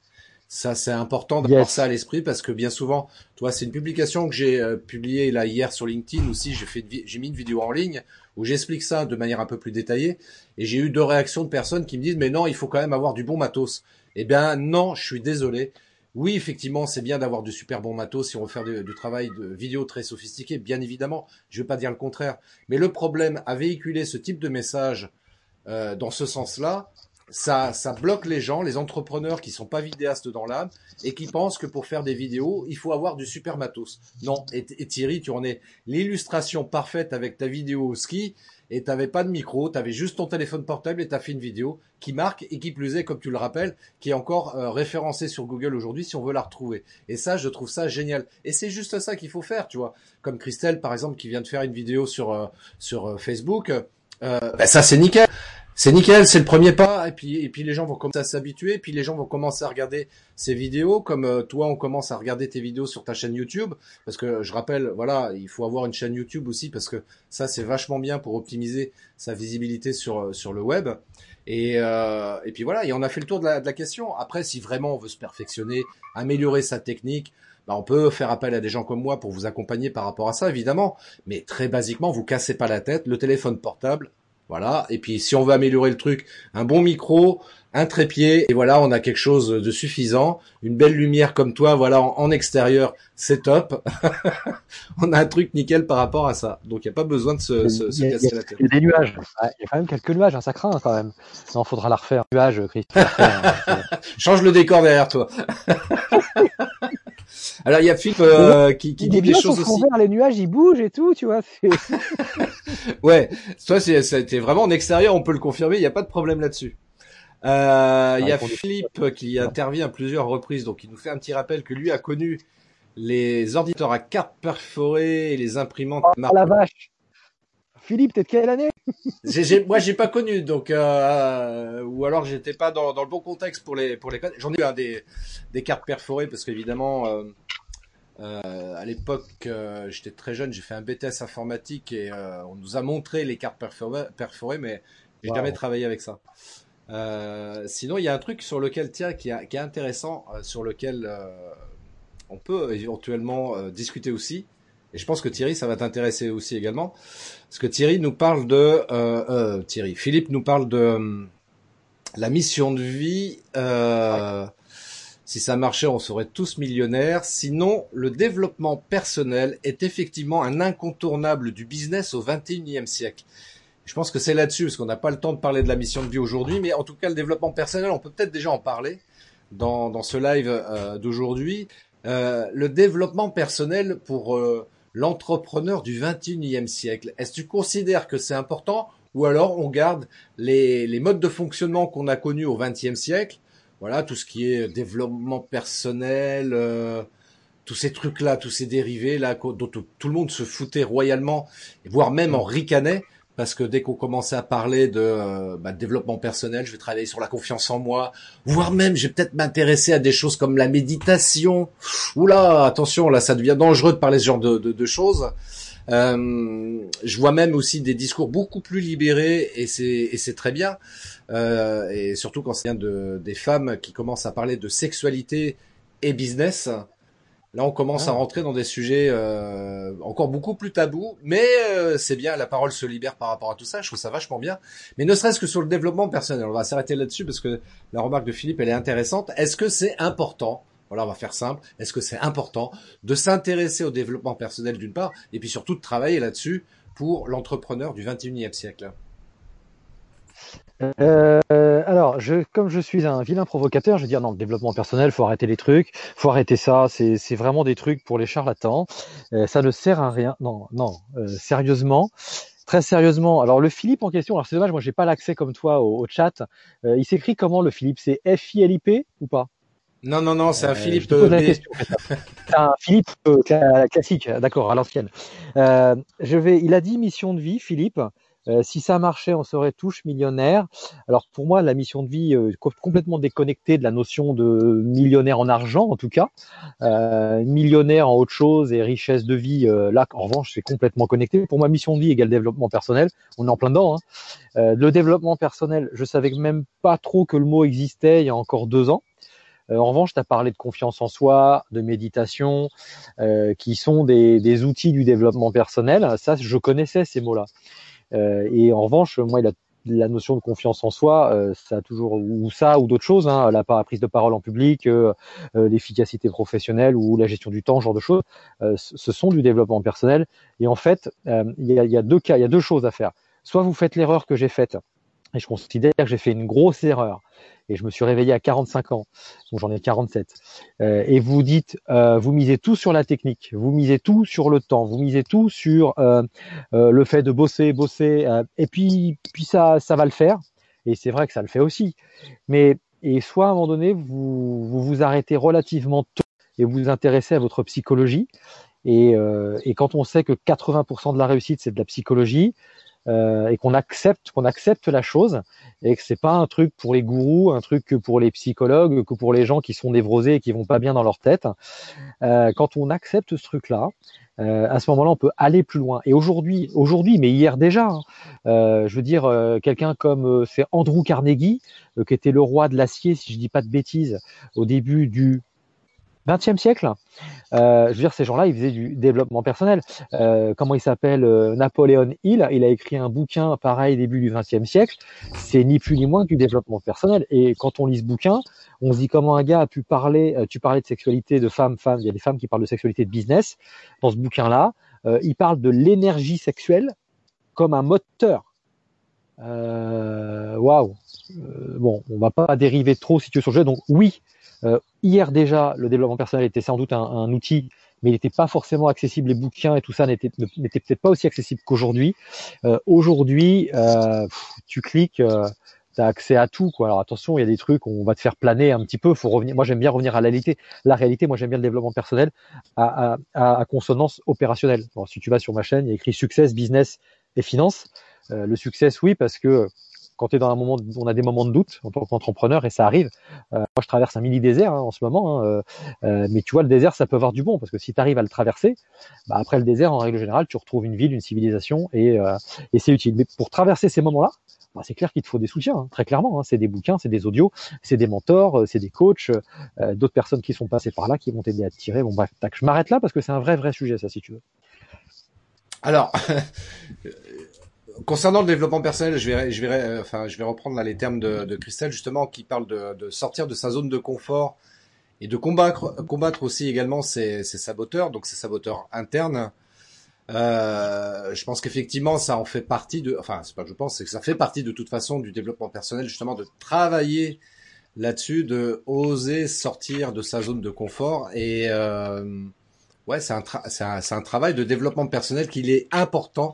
[SPEAKER 2] Ça, c'est important d'avoir
[SPEAKER 3] Yes.
[SPEAKER 2] ça à l'esprit parce que bien souvent, toi, c'est une publication que j'ai publiée là hier sur LinkedIn aussi. J'ai mis une vidéo en ligne où j'explique ça de manière un peu plus détaillée et j'ai eu 2 réactions de personnes qui me disent mais non, il faut quand même avoir du bon matos. Eh bien non, je suis désolé. Oui, effectivement, c'est bien d'avoir du super bon matos si on veut faire du travail de vidéo très sophistiqué, bien évidemment. Je ne veux pas dire le contraire. Mais le problème à véhiculer ce type de message dans ce sens-là, ça bloque les gens, les entrepreneurs qui sont pas vidéastes dans l'âme et qui pensent que pour faire des vidéos, il faut avoir du super matos. Non, et Thierry, tu en es l'illustration parfaite avec ta vidéo au ski et t'avais pas de micro, t'avais juste ton téléphone portable et t'as fait une vidéo qui marque et qui plus est, comme tu le rappelles, qui est encore référencée sur Google aujourd'hui si on veut la retrouver. Et ça, je trouve ça génial. Et c'est juste ça qu'il faut faire, tu vois. Comme Christelle, par exemple, qui vient de faire une vidéo sur Facebook. Ben ça, c'est nickel. C'est nickel, c'est le premier pas, et puis les gens vont commencer à s'habituer, puis les gens vont commencer à regarder ces vidéos, comme toi on commence à regarder tes vidéos sur ta chaîne YouTube, parce que je rappelle, voilà, il faut avoir une chaîne YouTube aussi, parce que ça c'est vachement bien pour optimiser sa visibilité sur le web, et puis voilà, et on a fait le tour de la question. Après, si vraiment on veut se perfectionner, améliorer sa technique, bah on peut faire appel à des gens comme moi pour vous accompagner par rapport à ça, évidemment, mais très basiquement, vous cassez pas la tête, le téléphone portable. Voilà. Et puis, si on veut améliorer le truc, un bon micro, un trépied, et voilà, on a quelque chose de suffisant. Une belle lumière comme toi, voilà, en extérieur, c'est top. On a un truc nickel par rapport à ça. Donc, il n'y a pas besoin de se casser la tête.
[SPEAKER 3] Il y a des nuages. Ouais, il y a quand même quelques nuages, hein, ça craint quand même. Non, faudra la refaire. Nuages, Christophe.
[SPEAKER 2] Change le décor derrière toi. Alors, il y a Philippe qui dit des choses aussi.
[SPEAKER 3] Vert, les nuages, ils bougent et tout, tu vois.
[SPEAKER 2] Ouais, toi, c'était vraiment en extérieur, on peut le confirmer, il n'y a pas de problème là-dessus. Il y a Philippe qui intervient à plusieurs reprises, donc il nous fait un petit rappel que lui a connu les ordinateurs à cartes perforées et les imprimantes.
[SPEAKER 3] Oh la vache! Philippe, t'es de quelle année?
[SPEAKER 2] Moi, j'ai pas connu, donc ou alors j'étais pas dans le bon contexte pour les J'en ai eu des cartes perforées parce qu'évidemment à l'époque j'étais très jeune, j'ai fait un BTS informatique et on nous a montré les cartes perforées, mais j'ai jamais travaillé avec ça. Sinon, il y a un truc sur lequel qui est intéressant, sur lequel on peut éventuellement discuter aussi. Et je pense que Thierry, ça va t'intéresser aussi également. Parce que Philippe nous parle de la mission de vie. Si ça marchait, on serait tous millionnaires. Sinon, le développement personnel est effectivement un incontournable du business au XXIe siècle. Je pense que c'est là-dessus, parce qu'on n'a pas le temps de parler de la mission de vie aujourd'hui, mais en tout cas, le développement personnel, on peut peut-être déjà en parler dans ce live d'aujourd'hui. Le développement personnel pour l'entrepreneur du XXIe siècle. Est-ce que tu considères que c'est important ou alors on garde les modes de fonctionnement qu'on a connus au XXe siècle? Voilà, tout ce qui est développement personnel, tous ces trucs-là, tous ces dérivés-là dont tout le monde se foutait royalement, voire même en ricanait. Parce que dès qu'on commençait à parler de développement personnel, je vais travailler sur la confiance en moi, voire même je vais peut-être m'intéresser à des choses comme la méditation. Oula, attention, là ça devient dangereux de parler ce genre de choses. Je vois même aussi des discours beaucoup plus libérés et c'est très bien. Et surtout quand c'est des femmes qui commencent à parler de sexualité et business. Là, on commence à rentrer dans des sujets encore beaucoup plus tabous, mais c'est bien, la parole se libère par rapport à tout ça, je trouve ça vachement bien. Mais ne serait-ce que sur le développement personnel, on va s'arrêter là-dessus parce que la remarque de Philippe, elle est intéressante. Est-ce que c'est important, voilà, on va faire simple, est-ce que c'est important de s'intéresser au développement personnel d'une part, et puis surtout de travailler là-dessus pour l'entrepreneur du XXIe siècle?
[SPEAKER 3] Alors, comme je suis un vilain provocateur, je vais dire non, le développement personnel, faut arrêter les trucs, faut arrêter ça, c'est vraiment des trucs pour les charlatans, ça ne sert à rien. Non, sérieusement, très sérieusement. Alors le Philippe en question, alors c'est dommage, moi j'ai pas l'accès comme toi au chat. Il s'écrit comment le Philippe? C'est F-I-L-I-P ou pas?
[SPEAKER 2] Non, c'est un Philippe.
[SPEAKER 3] Je te pose la question. C'est un Philippe classique, d'accord, à l'ancienne. Il a dit mission de vie, Philippe. Si ça marchait, on serait tous millionnaires. Alors pour moi, la mission de vie complètement déconnectée de la notion de millionnaire en argent, en tout cas, millionnaire en autre chose et richesse de vie. Là, en revanche, c'est complètement connecté. Pour moi, mission de vie égale développement personnel. On est en plein dedans. Le développement personnel, je savais même pas trop que le mot existait il y a encore 2 ans. En revanche, tu as parlé de confiance en soi, de méditation, qui sont des outils du développement personnel. Ça, je connaissais ces mots-là. Et en revanche, moi, la notion de confiance en soi, ça a toujours ou d'autres choses, hein, la prise de parole en public, l'efficacité professionnelle ou la gestion du temps, ce genre de choses, ce sont du développement personnel. Et en fait, il y a deux cas, il y a deux choses à faire. Soit vous faites l'erreur que j'ai faite, et je considère que j'ai fait une grosse erreur. Et je me suis réveillé à 45 ans, donc j'en ai 47. Et vous dites, vous misez tout sur la technique, vous misez tout sur le temps, vous misez tout sur le fait de bosser, et puis ça va le faire. Et c'est vrai que ça le fait aussi. Et soit à un moment donné, vous arrêtez relativement tôt et vous vous intéressez à votre psychologie. Et quand on sait que 80% de la réussite c'est de la psychologie, et qu'on accepte la chose, et que c'est pas un truc pour les gourous, un truc que pour les psychologues, que pour les gens qui sont névrosés et qui vont pas bien dans leur tête. Quand on accepte ce truc-là, à ce moment-là, on peut aller plus loin. Et aujourd'hui, mais hier déjà, hein, je veux dire, quelqu'un comme c'est Andrew Carnegie, qui était le roi de l'acier, si je dis pas de bêtises, au début du XXe siècle. Je veux dire, ces gens-là, ils faisaient du développement personnel. Comment il s'appelle, Napoléon Hill, il a écrit un bouquin pareil début du XXe siècle. C'est ni plus ni moins que du développement personnel. Et quand on lit ce bouquin, on se dit comment un gars a pu parler. Tu parlais de sexualité, de femmes. Il y a des femmes qui parlent de sexualité, de business. Dans ce bouquin-là, il parle de l'énergie sexuelle comme un moteur. Waouh. Bon, on va pas dériver trop si tu veux sur le sujet. Donc oui. Hier déjà, le développement personnel était sans doute un outil, mais il n'était pas forcément accessible. Les bouquins et tout ça n'étaient peut-être pas aussi accessibles qu'aujourd'hui. Aujourd'hui, tu cliques, tu as accès à tout, quoi. Alors attention, il y a des trucs où on va te faire planer un petit peu. Faut revenir. Moi, j'aime bien revenir à la réalité. La réalité, moi, j'aime bien le développement personnel à consonance opérationnelle. Bon, si tu vas sur ma chaîne, il y a écrit success, business et finance. Le success, oui, parce que quand tu es dans un moment, on a des moments de doute en tant qu'entrepreneur et ça arrive. Moi, je traverse un mini désert en ce moment, hein, mais tu vois, le désert, ça peut avoir du bon parce que si tu arrives à le traverser, bah, après le désert, en règle générale, tu retrouves une ville, une civilisation et c'est utile. Mais pour traverser ces moments-là, bah, c'est clair qu'il te faut des soutiens, hein, très clairement. Hein. C'est des bouquins, c'est des audios, c'est des mentors, c'est des coachs, d'autres personnes qui sont passées par là, qui vont t'aider à te tirer. Bon bref, tac, je m'arrête là parce que c'est un vrai sujet, ça, si tu veux.
[SPEAKER 2] Alors, concernant le développement personnel, je vais reprendre là les termes de Christelle justement qui parle de sortir de sa zone de confort et de combattre aussi également ses saboteurs, donc ses saboteurs internes. Je pense qu'effectivement ça en fait partie c'est pas que je pense, c'est que ça fait partie de toute façon du développement personnel justement de travailler là-dessus, de oser sortir de sa zone de confort et ouais c'est un travail de développement personnel qu'il est important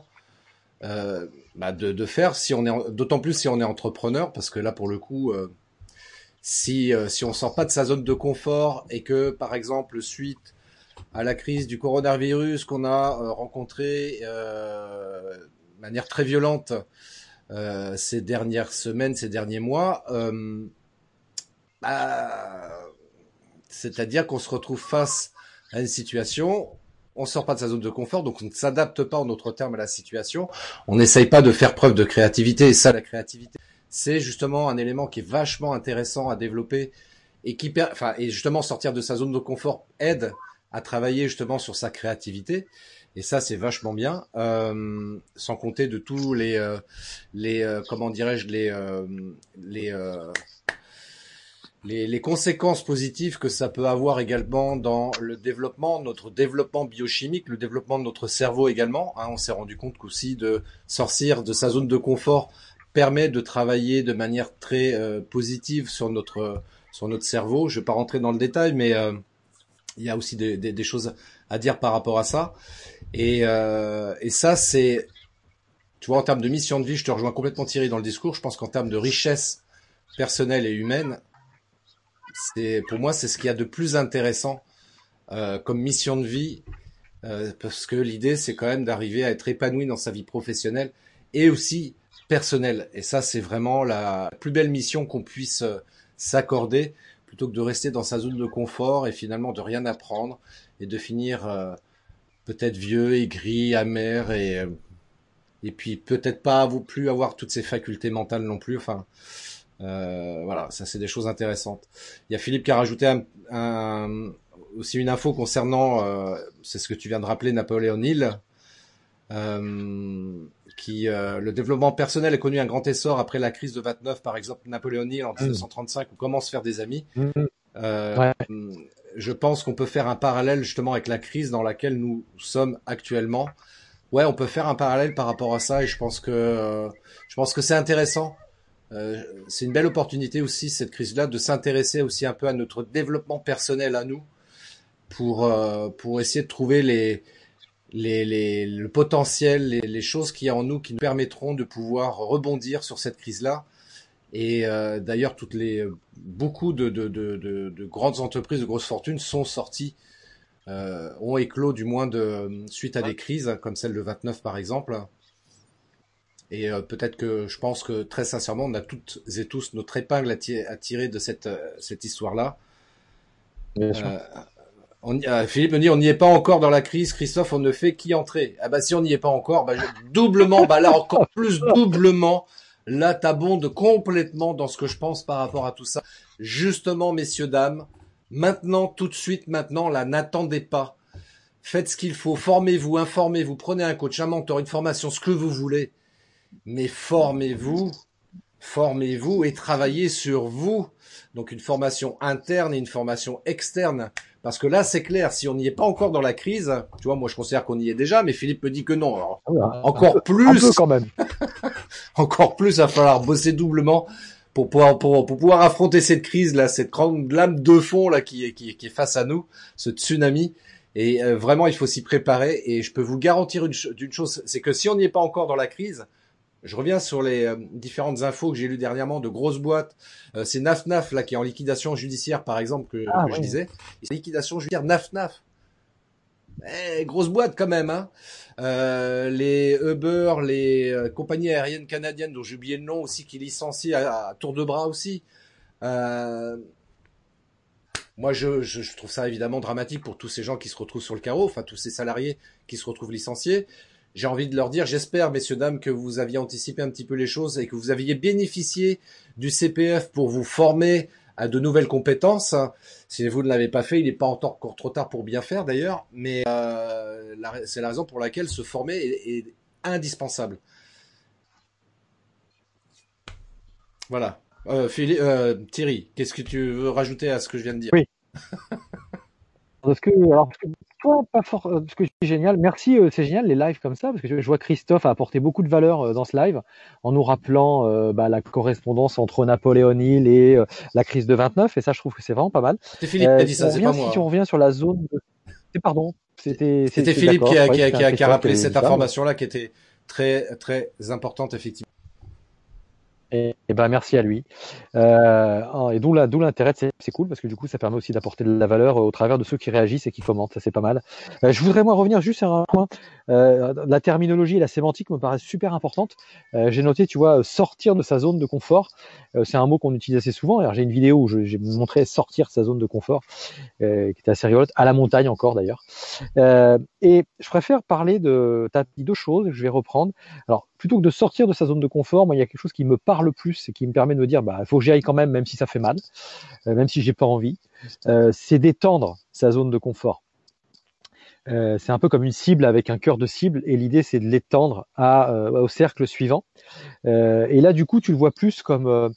[SPEAKER 2] de faire si on est d'autant plus si on est entrepreneur parce que là pour le coup si on sort pas de sa zone de confort et que par exemple suite à la crise du coronavirus qu'on a rencontré de manière très violente ces dernières semaines, ces derniers mois, c'est-à-dire qu'on se retrouve face à une situation, on sort pas de sa zone de confort, donc on ne s'adapte pas en d'autres termes à la situation, on n'essaye pas de faire preuve de créativité, et ça, la créativité, c'est justement un élément qui est vachement intéressant à développer et et justement sortir de sa zone de confort aide à travailler justement sur sa créativité. Et ça, c'est vachement bien, sans compter de tous comment dirais-je, les conséquences positives que ça peut avoir également dans le développement, notre développement biochimique, le développement de notre cerveau également. Hein, on s'est rendu compte qu'aussi de sortir de sa zone de confort permet de travailler de manière très positive sur notre cerveau. Je vais pas rentrer dans le détail, mais il y a aussi des choses à dire par rapport à ça. Et ça, c'est, tu vois, en termes de mission de vie, je te rejoins complètement Thierry dans le discours. Je pense qu'en termes de richesse personnelle et humaine, pour moi, c'est ce qu'il y a de plus intéressant comme mission de vie, parce que l'idée, c'est quand même d'arriver à être épanoui dans sa vie professionnelle et aussi personnelle. Et ça, c'est vraiment la plus belle mission qu'on puisse s'accorder, plutôt que de rester dans sa zone de confort et finalement de rien apprendre et de finir peut-être vieux, aigri, amer et puis peut-être pas plus avoir toutes ses facultés mentales non plus. Enfin, Voilà, ça c'est des choses intéressantes. Il y a Philippe qui a rajouté aussi une info concernant, c'est ce que tu viens de rappeler, Napoléon Hill, le développement personnel a connu un grand essor après la crise de 29, par exemple Napoléon Hill en 1935, où comment se faire des amis.
[SPEAKER 3] Ouais.
[SPEAKER 2] Je pense qu'on peut faire un parallèle justement avec la crise dans laquelle nous sommes actuellement. Ouais, on peut faire un parallèle par rapport à ça, et je pense que c'est intéressant. C'est une belle opportunité aussi, cette crise-là, de s'intéresser aussi un peu à notre développement personnel à nous, pour essayer de trouver le potentiel, les choses qu'il y a en nous qui nous permettront de pouvoir rebondir sur cette crise-là. Et d'ailleurs, beaucoup de grandes entreprises, de grosses fortunes sont sorties, ont éclos du moins suite à des crises comme celle de 29 par exemple. Et peut-être que je pense que très sincèrement, on a toutes et tous notre épingle à tirer de cette histoire-là.
[SPEAKER 3] Bien sûr.
[SPEAKER 2] Philippe me dit, on n'y est pas encore dans la crise. Christophe, on ne fait qu'y entrer. Ah bah si on n'y est pas encore, doublement, là encore plus doublement. Là, t'abondes complètement dans ce que je pense par rapport à tout ça. Justement, messieurs, dames, maintenant, tout de suite, maintenant, là, n'attendez pas. Faites ce qu'il faut, formez-vous, informez-vous, prenez un coach, un mentor, une formation, ce que vous voulez. Mais formez-vous et travaillez sur vous. Donc une formation interne et une formation externe. Parce que là, c'est clair, si on n'y est pas encore dans la crise, tu vois, moi je considère qu'on y est déjà, mais Philippe me dit que non. Alors, encore plus,
[SPEAKER 3] un peu quand même.
[SPEAKER 2] Encore plus, il va falloir bosser doublement pour pouvoir affronter cette crise là, cette grande lame de fond là qui est face à nous, ce tsunami. Et vraiment, il faut s'y préparer. Et je peux vous garantir d'une chose, c'est que si on n'y est pas encore dans la crise, je reviens sur les différentes infos que j'ai lues dernièrement de grosses boîtes. C'est NAFNAF là qui est en liquidation judiciaire, par exemple, que je disais. Et liquidation judiciaire NAFNAF. Grosse boîte quand même, hein. Les Uber, les compagnies aériennes canadiennes dont j'ai oublié le nom aussi, qui licencient à tour de bras aussi. Moi, je trouve ça évidemment dramatique pour tous ces gens qui se retrouvent sur le carreau, enfin tous ces salariés qui se retrouvent licenciés. J'ai envie de leur dire, j'espère, messieurs, dames, que vous aviez anticipé un petit peu les choses et que vous aviez bénéficié du CPF pour vous former à de nouvelles compétences. Si vous ne l'avez pas fait, il n'est pas encore trop tard pour bien faire d'ailleurs, mais c'est la raison pour laquelle se former est indispensable. Voilà. Thierry, qu'est-ce que tu veux rajouter à ce que je viens de dire?
[SPEAKER 3] Oui. Parce que toi, pas fort, ce que c'est génial. Merci, c'est génial les lives comme ça, parce que je vois Christophe a apporté beaucoup de valeur dans ce live, en nous rappelant la correspondance entre Napoléon Hill et la crise de 29, et ça, je trouve que c'est vraiment pas mal.
[SPEAKER 2] C'est Philippe qui a dit ça, c'est pas moi.
[SPEAKER 3] Si on revient sur la zone pardon,
[SPEAKER 2] c'était Philippe qui a rappelé cette information-là qui était très, très importante, effectivement.
[SPEAKER 3] Et ben merci à lui. Et d'où l'intérêt, c'est cool parce que du coup ça permet aussi d'apporter de la valeur au travers de ceux qui réagissent et qui commentent, ça c'est pas mal. Je voudrais moi revenir juste sur un point. La terminologie et la sémantique me paraissent super importantes. J'ai noté, tu vois, sortir de sa zone de confort. C'est un mot qu'on utilise assez souvent. Alors j'ai une vidéo où j'ai montré sortir de sa zone de confort, qui était assez rigolote, à la montagne encore d'ailleurs. Et je préfère parler t'as dit deux choses, je vais reprendre. Alors plutôt que de sortir de sa zone de confort, moi il y a quelque chose qui me parle plus et qui me permet de me dire il faut que j'y aille quand même si ça fait mal, même si j'ai pas envie. C'est d'étendre sa zone de confort. C'est un peu comme une cible avec un cœur de cible et l'idée c'est de l'étendre au cercle suivant. Et là du coup tu le vois plus comme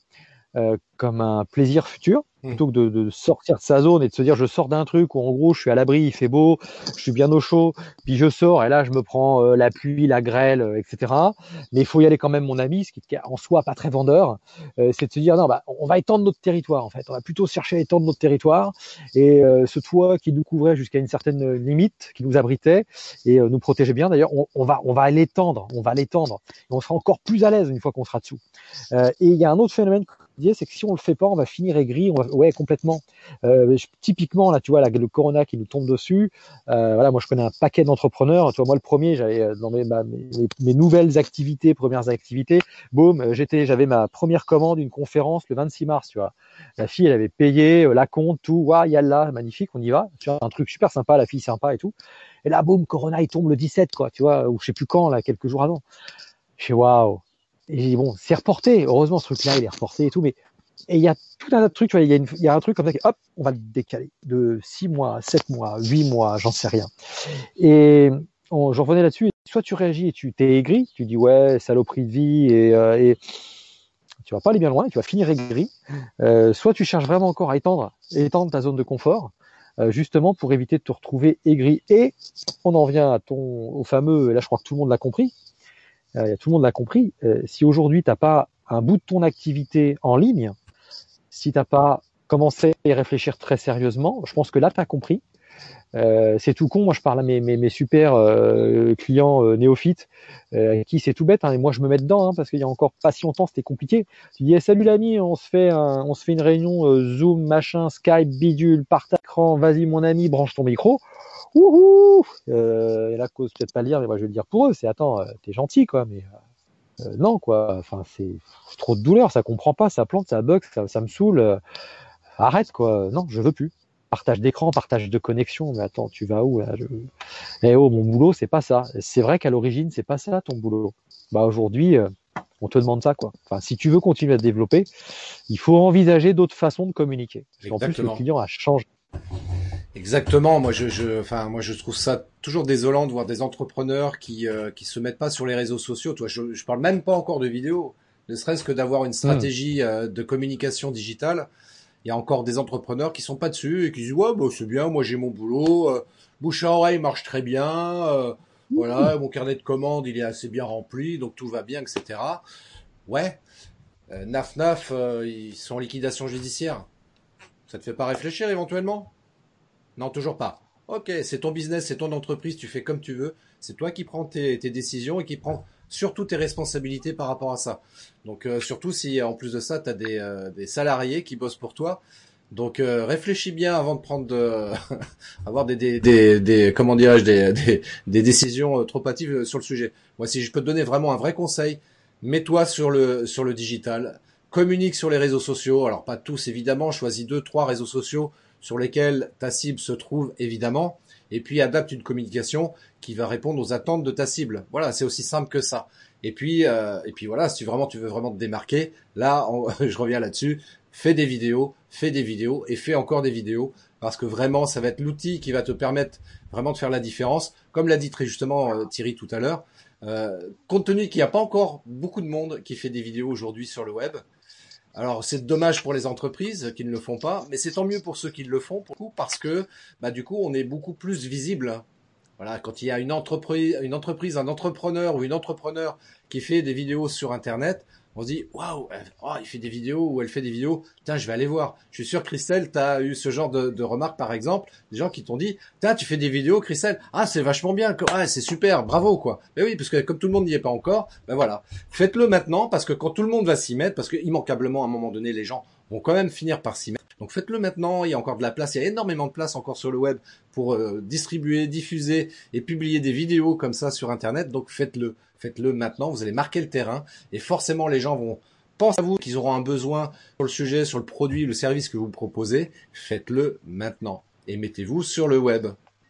[SPEAKER 3] un plaisir futur, plutôt que de sortir de sa zone et de se dire je sors d'un truc où en gros je suis à l'abri, il fait beau, je suis bien au chaud, puis je sors et là je me prends la pluie, la grêle, etc. Mais il faut y aller quand même mon ami, ce qui est en soi pas très vendeur. C'est de se dire non, on va étendre notre territoire en fait, on va plutôt chercher à étendre notre territoire et ce toit qui nous couvrait jusqu'à une certaine limite, qui nous abritait et nous protégeait bien d'ailleurs, on va l'étendre, et on sera encore plus à l'aise une fois qu'on sera dessous. Et il y a un autre phénomène c'est que si on le fait pas, on va finir aigri, complètement. Typiquement là, tu vois, le corona qui nous tombe dessus. Voilà, moi je connais un paquet d'entrepreneurs. Tu vois, moi le premier, j'avais dans mes nouvelles activités, premières activités, boum, j'avais ma première commande, une conférence le 26 mars. Tu vois, la fille, elle avait payé la compte, tout. Waouh, yallah, magnifique, on y va. Tu vois, un truc super sympa, la fille sympa et tout. Et là, boum, corona, il tombe le 17, quoi. Tu vois, ou je sais plus quand là, quelques jours avant. Je fais waouh. Et bon, c'est reporté. Heureusement, ce truc-là, il est reporté et tout. Mais Et il y a tout un tas de trucs, tu vois, il y a un truc comme ça, hop, on va le décaler de 6 mois, 7 mois, 8 mois, j'en sais rien. Et j'en revenais là-dessus, et soit tu réagis et tu t'es aigri, tu dis ouais, saloperie de vie, et tu vas pas aller bien loin, et tu vas finir aigri. Soit tu cherches vraiment encore à étendre ta zone de confort, justement pour éviter de te retrouver aigri. Et on en vient au fameux, et là je crois que tout le monde l'a compris, tout le monde l'a compris, si aujourd'hui t'as pas un bout de ton activité en ligne, si t'as pas commencé à y réfléchir très sérieusement, je pense que là t'as compris. C'est tout con, moi je parle à mes super clients néophytes, qui c'est tout bête, hein, et moi je me mets dedans, hein, parce qu'il y a encore pas si longtemps c'était compliqué. Tu dis salut l'ami, on se fait une réunion Zoom, machin, Skype, bidule, partage écran, vas-y mon ami, branche ton micro. Wouhou, et là cause peut-être pas le dire, mais moi je vais le dire pour eux, c'est attends, t'es gentil quoi, mais non quoi, enfin c'est trop de douleur, ça comprend pas, ça plante, ça bug, ça me saoule, arrête quoi, non je veux plus. Partage d'écran, partage de connexion, mais attends, tu vas où là Eh oh, mon boulot, c'est pas ça. C'est vrai qu'à l'origine, c'est pas ça ton boulot. Bah aujourd'hui, on te demande ça quoi. Enfin, si tu veux continuer à te développer, il faut envisager d'autres façons de communiquer. Parce qu'en plus, le client a changé.
[SPEAKER 2] Exactement. Moi, je trouve ça toujours désolant de voir des entrepreneurs qui se mettent pas sur les réseaux sociaux. Toi, je parle même pas encore de vidéo, ne serait-ce que d'avoir une stratégie de communication digitale. Il y a encore des entrepreneurs qui sont pas dessus et qui disent ouais, bah, c'est bien, moi j'ai mon boulot, bouche à oreille marche très bien, voilà, mon carnet de commandes il est assez bien rempli, donc tout va bien, etc. Ouais, naf naf, ils sont en liquidation judiciaire. Ça te fait pas réfléchir éventuellement? Non, toujours pas. Ok, c'est ton business, c'est ton entreprise, tu fais comme tu veux. C'est toi qui prends tes décisions et qui prends surtout tes responsabilités par rapport à ça. Donc surtout si en plus de ça, tu as des salariés qui bossent pour toi. Donc réfléchis bien avant de prendre avoir comment dirais-je des décisions trop hâtives sur le sujet. Moi, si je peux te donner vraiment un vrai conseil, mets-toi sur le digital, communique sur les réseaux sociaux. Alors pas tous évidemment, choisis 2, 3 réseaux sociaux sur lesquels ta cible se trouve évidemment, et puis adapte une communication qui va répondre aux attentes de ta cible. Voilà, c'est aussi simple que ça. Et puis voilà, si tu veux vraiment te démarquer, là, je reviens là-dessus, fais des vidéos et fais encore des vidéos, parce que vraiment, ça va être l'outil qui va te permettre vraiment de faire la différence. Comme l'a dit très justement Thierry tout à l'heure, compte tenu qu'il n'y a pas encore beaucoup de monde qui fait des vidéos aujourd'hui sur le web, alors c'est dommage pour les entreprises qui ne le font pas, mais c'est tant mieux pour ceux qui le font, pour le coup, parce que bah, du coup on est beaucoup plus visible. Voilà, quand il y a une entreprise, un entrepreneur ou une entrepreneur qui fait des vidéos sur Internet, on se dit waouh, il fait des vidéos ou elle fait des vidéos. Tiens, je vais aller voir. Je suis sûr, Christelle, tu as eu ce genre de remarques par exemple, des gens qui t'ont dit, tiens, tu fais des vidéos, Christelle. Ah, c'est vachement bien. Ah, c'est super, bravo quoi. Mais oui, parce que comme tout le monde n'y est pas encore, ben voilà, faites-le maintenant parce que quand tout le monde va s'y mettre, parce que immanquablement à un moment donné, les gens vont quand même finir par s'y mettre. Donc faites-le maintenant. Il y a encore de la place, il y a énormément de place encore sur le web pour distribuer, diffuser et publier des vidéos comme ça sur Internet. Donc faites-le. Faites-le maintenant, vous allez marquer le terrain et forcément les gens vont penser à vous qu'ils auront un besoin sur le sujet, sur le produit, le service que vous proposez. Faites-le maintenant et mettez-vous sur le web.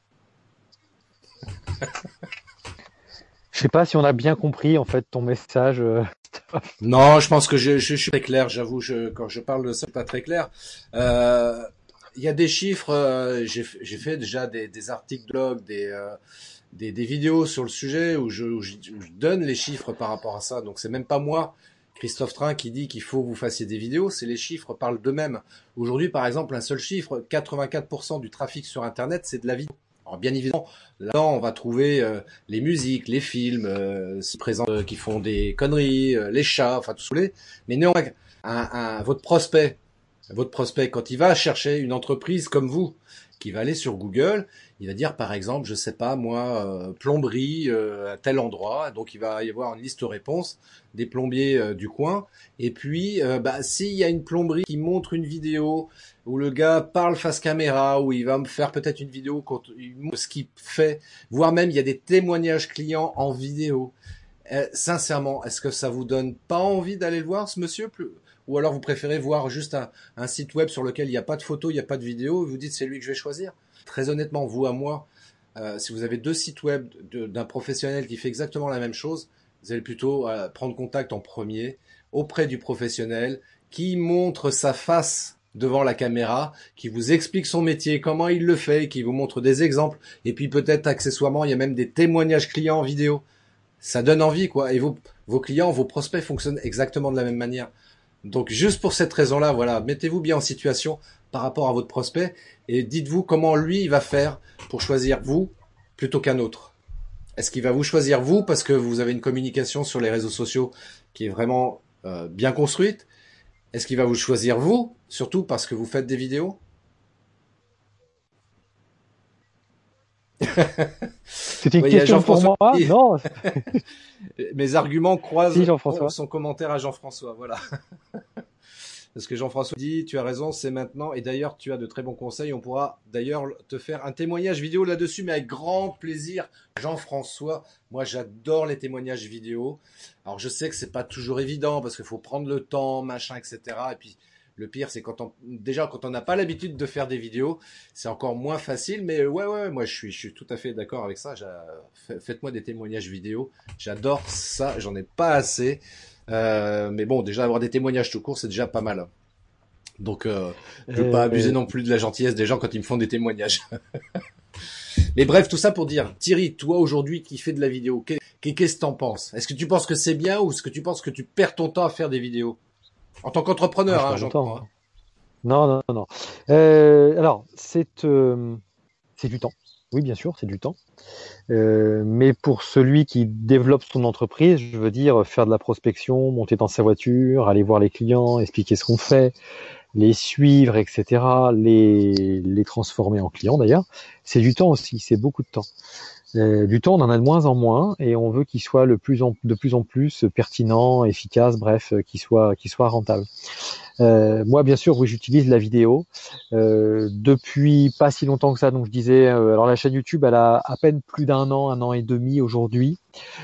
[SPEAKER 3] Je sais pas si on a bien compris en fait ton message.
[SPEAKER 2] Non, je pense que je suis très clair. J'avoue, quand je parle de ça, c'est pas très clair. Il y a des chiffres. J'ai fait déjà des articles de blog, des vidéos sur le sujet où je donne les chiffres par rapport à ça. Donc c'est même pas moi, Christophe Train, qui dit qu'il faut que vous fassiez des vidéos, c'est les chiffres parlent d'eux-mêmes. Aujourd'hui, par exemple, un seul chiffre, 84% du trafic sur Internet, c'est de la vidéo. Alors bien évidemment, là on va trouver les musiques, les films, qui font des conneries, les chats, enfin tout ce que vous voulez. Mais néanmoins, votre prospect, quand il va chercher une entreprise comme vous, qui va aller sur Google, il va dire par exemple, je sais pas moi, plomberie à tel endroit, donc il va y avoir une liste de réponses des plombiers du coin, et puis s'il y a une plomberie qui montre une vidéo où le gars parle face caméra, où il va me faire peut-être une vidéo quand il montre ce qu'il fait, voire même il y a des témoignages clients en vidéo. Sincèrement, est-ce que ça vous donne pas envie d'aller le voir, ce monsieur? Ou alors vous préférez voir juste un site web sur lequel il n'y a pas de photos, il n'y a pas de vidéos, et vous dites c'est lui que je vais choisir? Très honnêtement, vous à moi, si vous avez 2 sites web d'un professionnel qui fait exactement la même chose, vous allez plutôt prendre contact en premier auprès du professionnel qui montre sa face devant la caméra, qui vous explique son métier, comment il le fait, qui vous montre des exemples, et puis peut-être accessoirement, il y a même des témoignages clients en vidéo. Ça donne envie, quoi. Et vos clients, vos prospects fonctionnent exactement de la même manière. Donc, juste pour cette raison-là, voilà, mettez-vous bien en situation par rapport à votre prospect et dites-vous comment lui, il va faire pour choisir vous plutôt qu'un autre. Est-ce qu'il va vous choisir vous parce que vous avez une communication sur les réseaux sociaux qui est vraiment bien construite? Est-ce qu'il va vous choisir vous, surtout parce que vous faites des vidéos?
[SPEAKER 3] C'était une
[SPEAKER 2] Oui, il y a
[SPEAKER 3] question pour
[SPEAKER 2] Jean-François
[SPEAKER 3] moi?
[SPEAKER 2] qui dit,
[SPEAKER 3] Non?
[SPEAKER 2] mes arguments
[SPEAKER 3] Si,
[SPEAKER 2] croisent
[SPEAKER 3] Jean-François.
[SPEAKER 2] son commentaire à Jean-François, voilà. Parce que Jean-François dit, tu as raison, c'est maintenant. Et d'ailleurs, tu as de très bons conseils. On pourra d'ailleurs te faire un témoignage vidéo là-dessus, mais avec grand plaisir. Jean-François, moi j'adore les témoignages vidéo. Alors je sais que c'est pas toujours évident parce qu'il faut prendre le temps, machin, etc. Et puis le pire, c'est quand on n'a pas l'habitude de faire des vidéos, c'est encore moins facile. Mais ouais, moi je suis tout à fait d'accord avec ça. Faites-moi des témoignages vidéo. J'adore ça. J'en ai pas assez. Mais bon, déjà avoir des témoignages tout court, c'est déjà pas mal. Donc, je veux pas abuser non plus de la gentillesse des gens quand ils me font des témoignages. Mais bref, tout ça pour dire, Thierry, toi aujourd'hui qui fais de la vidéo, qu'est-ce que t'en penses? Est-ce que tu penses que c'est bien ou est-ce que tu penses que tu perds ton temps à faire des vidéos? En tant
[SPEAKER 3] Ah,
[SPEAKER 2] qu'entrepreneur,
[SPEAKER 3] je
[SPEAKER 2] hein,
[SPEAKER 3] perds mon
[SPEAKER 2] j'entends.
[SPEAKER 3] temps.
[SPEAKER 2] Hein.
[SPEAKER 3] Non. Alors, c'est du temps. Oui, bien sûr, c'est du temps. Mais pour celui qui développe son entreprise, je veux dire faire de la prospection, monter dans sa voiture, aller voir les clients, expliquer ce qu'on fait, les suivre, etc., les transformer en clients d'ailleurs, c'est du temps aussi, c'est beaucoup de temps. Du temps, on en a de moins en moins et on veut qu'il soit de plus en plus pertinent, efficace, bref, qu'il soit rentable. Moi, bien sûr, oui, j'utilise la vidéo depuis pas si longtemps que ça. Donc, je disais, alors la chaîne YouTube, elle a à peine plus un an et demi aujourd'hui.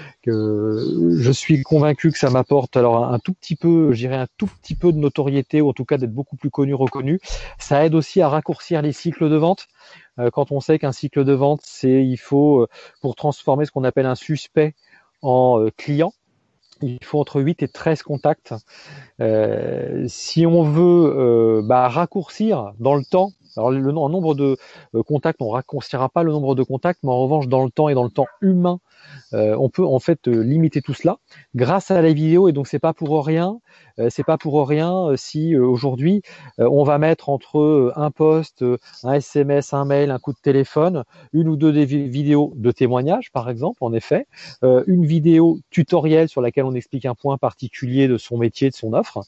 [SPEAKER 3] Que je suis convaincu que ça m'apporte alors un tout petit peu, je dirais un tout petit peu de notoriété ou en tout cas d'être beaucoup plus connu, reconnu. Ça aide aussi à raccourcir les cycles de vente. Quand on sait qu'un cycle de vente, il faut pour transformer ce qu'on appelle un suspect en client. Il faut entre 8 et 13 contacts. Si on veut raccourcir dans le temps, alors en nombre de contacts, on raccourcira pas le nombre de contacts, mais en revanche dans le temps et dans le temps humain, on peut en fait limiter tout cela grâce à la vidéo. Et donc c'est pas pour rien. Si aujourd'hui on va mettre entre un post, un SMS, un mail, un coup de téléphone, une ou deux des vidéos de témoignage par exemple, en effet, une vidéo tutoriel sur laquelle on explique un point particulier de son métier, de son offre.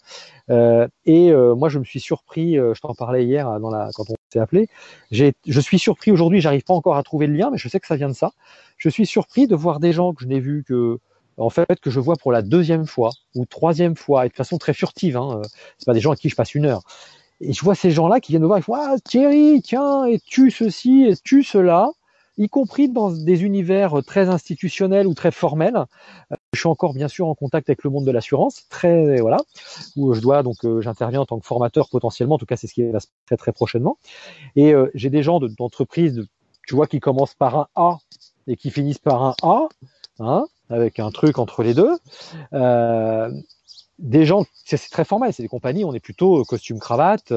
[SPEAKER 3] Moi je me suis surpris, je t'en parlais hier quand on s'est appelé, je suis surpris aujourd'hui, j'arrive pas encore à trouver le lien, mais je sais que ça vient de ça. Je suis surpris de voir des gens que je n'ai vus que je vois pour la deuxième fois ou troisième fois, et de façon très furtive. C'est pas des gens à qui je passe une heure. Et je vois ces gens-là qui viennent me voir, ils font ah Thierry, tiens, es-tu ceci, es-tu cela, y compris dans des univers très institutionnels ou très formels. Je suis encore bien sûr en contact avec le monde de l'assurance, où je dois j'interviens en tant que formateur potentiellement. En tout cas, c'est ce qui va se faire très prochainement. Et j'ai des gens d'entreprises, tu vois, qui commencent par un A et qui finissent par un A, avec un truc entre les deux. Des gens, c'est très formel, c'est des compagnies, on est plutôt costume cravate,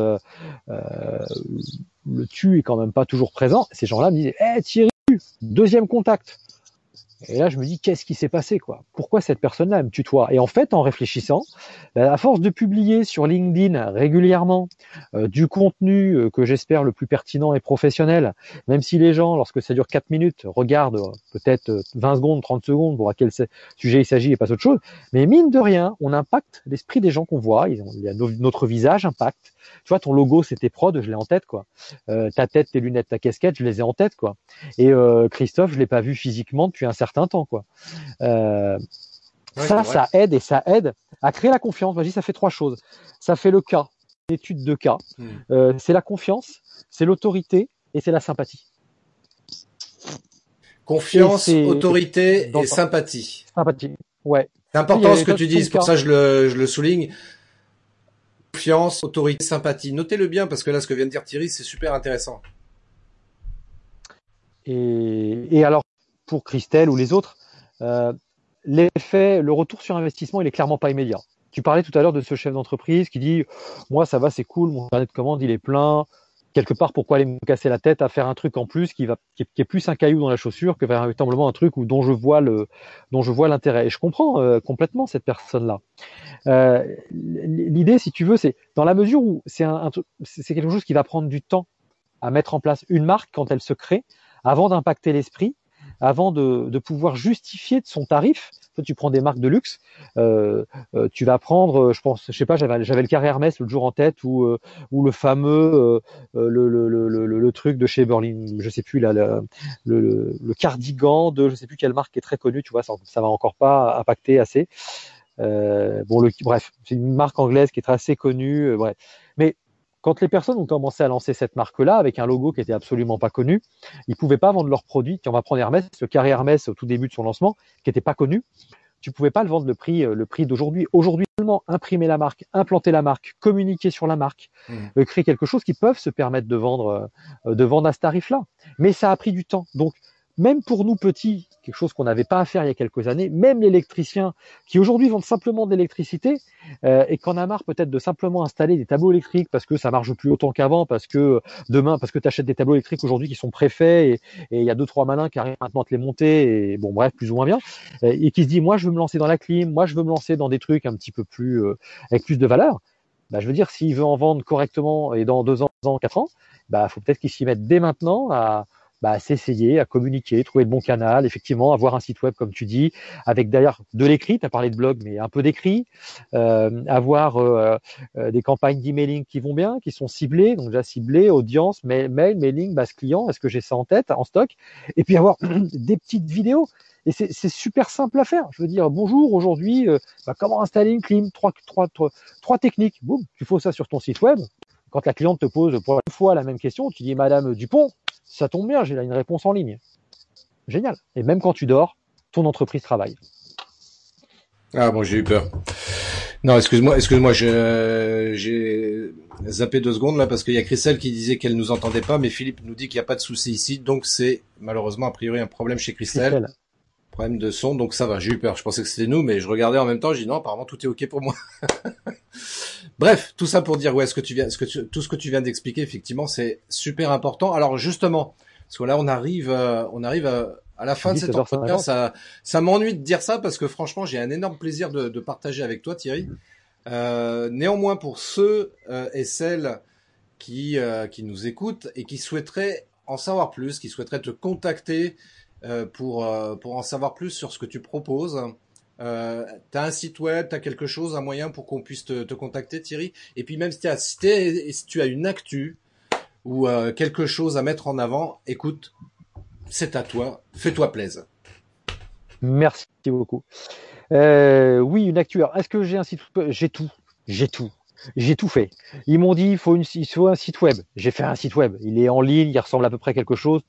[SPEAKER 3] le tu est quand même pas toujours présent. Ces gens-là me disent, Thierry, deuxième contact. Et là, je me dis, qu'est-ce qui s'est passé, quoi? Pourquoi cette personne-là me tutoie? Et en fait, en réfléchissant, à force de publier sur LinkedIn régulièrement du contenu que j'espère le plus pertinent et professionnel, même si les gens, lorsque ça dure 4 minutes, regardent peut-être 20 secondes, 30 secondes pour à quel sujet il s'agit et pas autre chose, mais mine de rien, on impacte l'esprit des gens qu'on voit, notre visage impacte. Tu vois, ton logo, c'est tes prods, je l'ai en tête, quoi. Ta tête, tes lunettes, ta casquette, je les ai en tête, quoi. Et Christophe, je l'ai pas vu physiquement depuis un certain temps, quoi. Ça aide à créer la confiance. Vas-y, ça fait 3 choses. Ça fait le cas, l'étude de cas. C'est la confiance, c'est l'autorité et c'est la sympathie.
[SPEAKER 2] Confiance, autorité et sympathie.
[SPEAKER 3] Sympathie, ouais.
[SPEAKER 2] C'est important ce que tu dis, c'est pour ça que je le souligne. Confiance, autorité, sympathie. Notez-le bien parce que là, ce que vient de dire Thierry, c'est super intéressant.
[SPEAKER 3] Et alors, pour Christelle ou les autres, l'effet, le retour sur investissement, il est clairement pas immédiat. tu parlais tout à l'heure de ce chef d'entreprise qui dit, moi ça va, c'est cool, mon carnet de commande il est plein. Quelque part, pourquoi aller me casser la tête à faire un truc en plus qui est plus un caillou dans la chaussure que véritablement un truc dont je vois l'intérêt. Et je comprends complètement cette personne-là. L'idée, si tu veux, c'est dans la mesure où c'est quelque chose qui va prendre du temps à mettre en place une marque quand elle se crée, avant d'impacter l'esprit, avant de pouvoir justifier de son tarif. Toi, tu prends des marques de luxe, tu vas prendre, je sais pas, j'avais le carré Hermès l'autre jour en tête, ou le fameux le truc de chez Berlin, je sais plus là, le cardigan de je sais plus quelle marque qui est très connue, tu vois, ça va encore pas impacter assez. Bref, c'est une marque anglaise qui est assez connue, bref. Mais quand les personnes ont commencé à lancer cette marque-là avec un logo qui était absolument pas connu, ils pouvaient pas vendre leurs produits. On va prendre Hermès, le carré Hermès au tout début de son lancement, qui était pas connu. Tu pouvais pas le vendre le prix d'aujourd'hui. Aujourd'hui, seulement imprimer la marque, implanter la marque, communiquer sur la marque, créer quelque chose qui peuvent se permettre de vendre à ce tarif-là. Mais ça a pris du temps. Donc, même pour nous petits, quelque chose qu'on n'avait pas à faire il y a quelques années, même l'électricien qui aujourd'hui vendent simplement de l'électricité et qu'en a marre peut-être de simplement installer des tableaux électriques parce que ça marche plus autant qu'avant, parce que tu achètes des tableaux électriques aujourd'hui qui sont préfaits et il y a 2-3 malins qui arrivent maintenant à te les monter et bon bref, plus ou moins bien, et qui se dit moi je veux me lancer dans la clim, moi je veux me lancer dans des trucs un petit peu plus avec plus de valeur. Bah, je veux dire, s'il veut en vendre correctement et dans 2 ans, 4 ans, bah faut peut-être qu'il s'y mette dès maintenant à s'essayer, à communiquer, trouver le bon canal, effectivement, avoir un site web, comme tu dis, avec d'ailleurs de l'écrit, tu as parlé de blog, mais un peu d'écrit, avoir des campagnes d'emailing qui vont bien, qui sont ciblées, donc déjà ciblées, audience, mailing, base client, est-ce que j'ai ça en tête, en stock, et puis avoir des petites vidéos. Et c'est super simple à faire. Je veux dire, bonjour, aujourd'hui, comment installer une clim, trois techniques. Boum, tu fais ça sur ton site web. Quand la cliente te pose pour la fois la même question, tu dis Madame Dupont, ça tombe bien, j'ai là une réponse en ligne. Génial. Et même quand tu dors, ton entreprise travaille.
[SPEAKER 2] Ah bon, j'ai eu peur. Non, excuse-moi, j'ai zappé 2 secondes là parce qu'il y a Christelle qui disait qu'elle nous entendait pas, mais Philippe nous dit qu'il n'y a pas de souci ici, donc c'est malheureusement a priori un problème chez Christelle. Problème de son, donc ça va, j'ai eu peur. Je pensais que c'était nous, mais je regardais en même temps, j'ai dit non, apparemment tout est ok pour moi. Bref, tout ça pour dire, ouais, tout ce que tu viens d'expliquer, effectivement, c'est super important. Alors justement, parce que là, on arrive à la fin de cet entretien. Ça m'ennuie de dire ça parce que franchement, j'ai un énorme plaisir de partager avec toi, Thierry. Néanmoins, pour ceux et celles qui nous écoutent et qui souhaiteraient en savoir plus, qui souhaiteraient te contacter pour en savoir plus sur ce que tu proposes. T'as un site web, t'as quelque chose, un moyen pour qu'on puisse te contacter, Thierry. Et puis même si tu as une actu ou quelque chose à mettre en avant, écoute, c'est à toi, fais-toi plaisir.
[SPEAKER 3] Merci beaucoup. Oui, une actu. Alors, est-ce que j'ai un site web ? J'ai tout fait. Ils m'ont dit il faut un site web. J'ai fait un site web. Il est en ligne, il ressemble à peu près à quelque chose.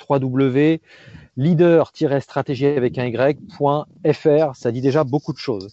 [SPEAKER 3] www.leader-stratégie avec un y.fr. Ça dit déjà beaucoup de choses.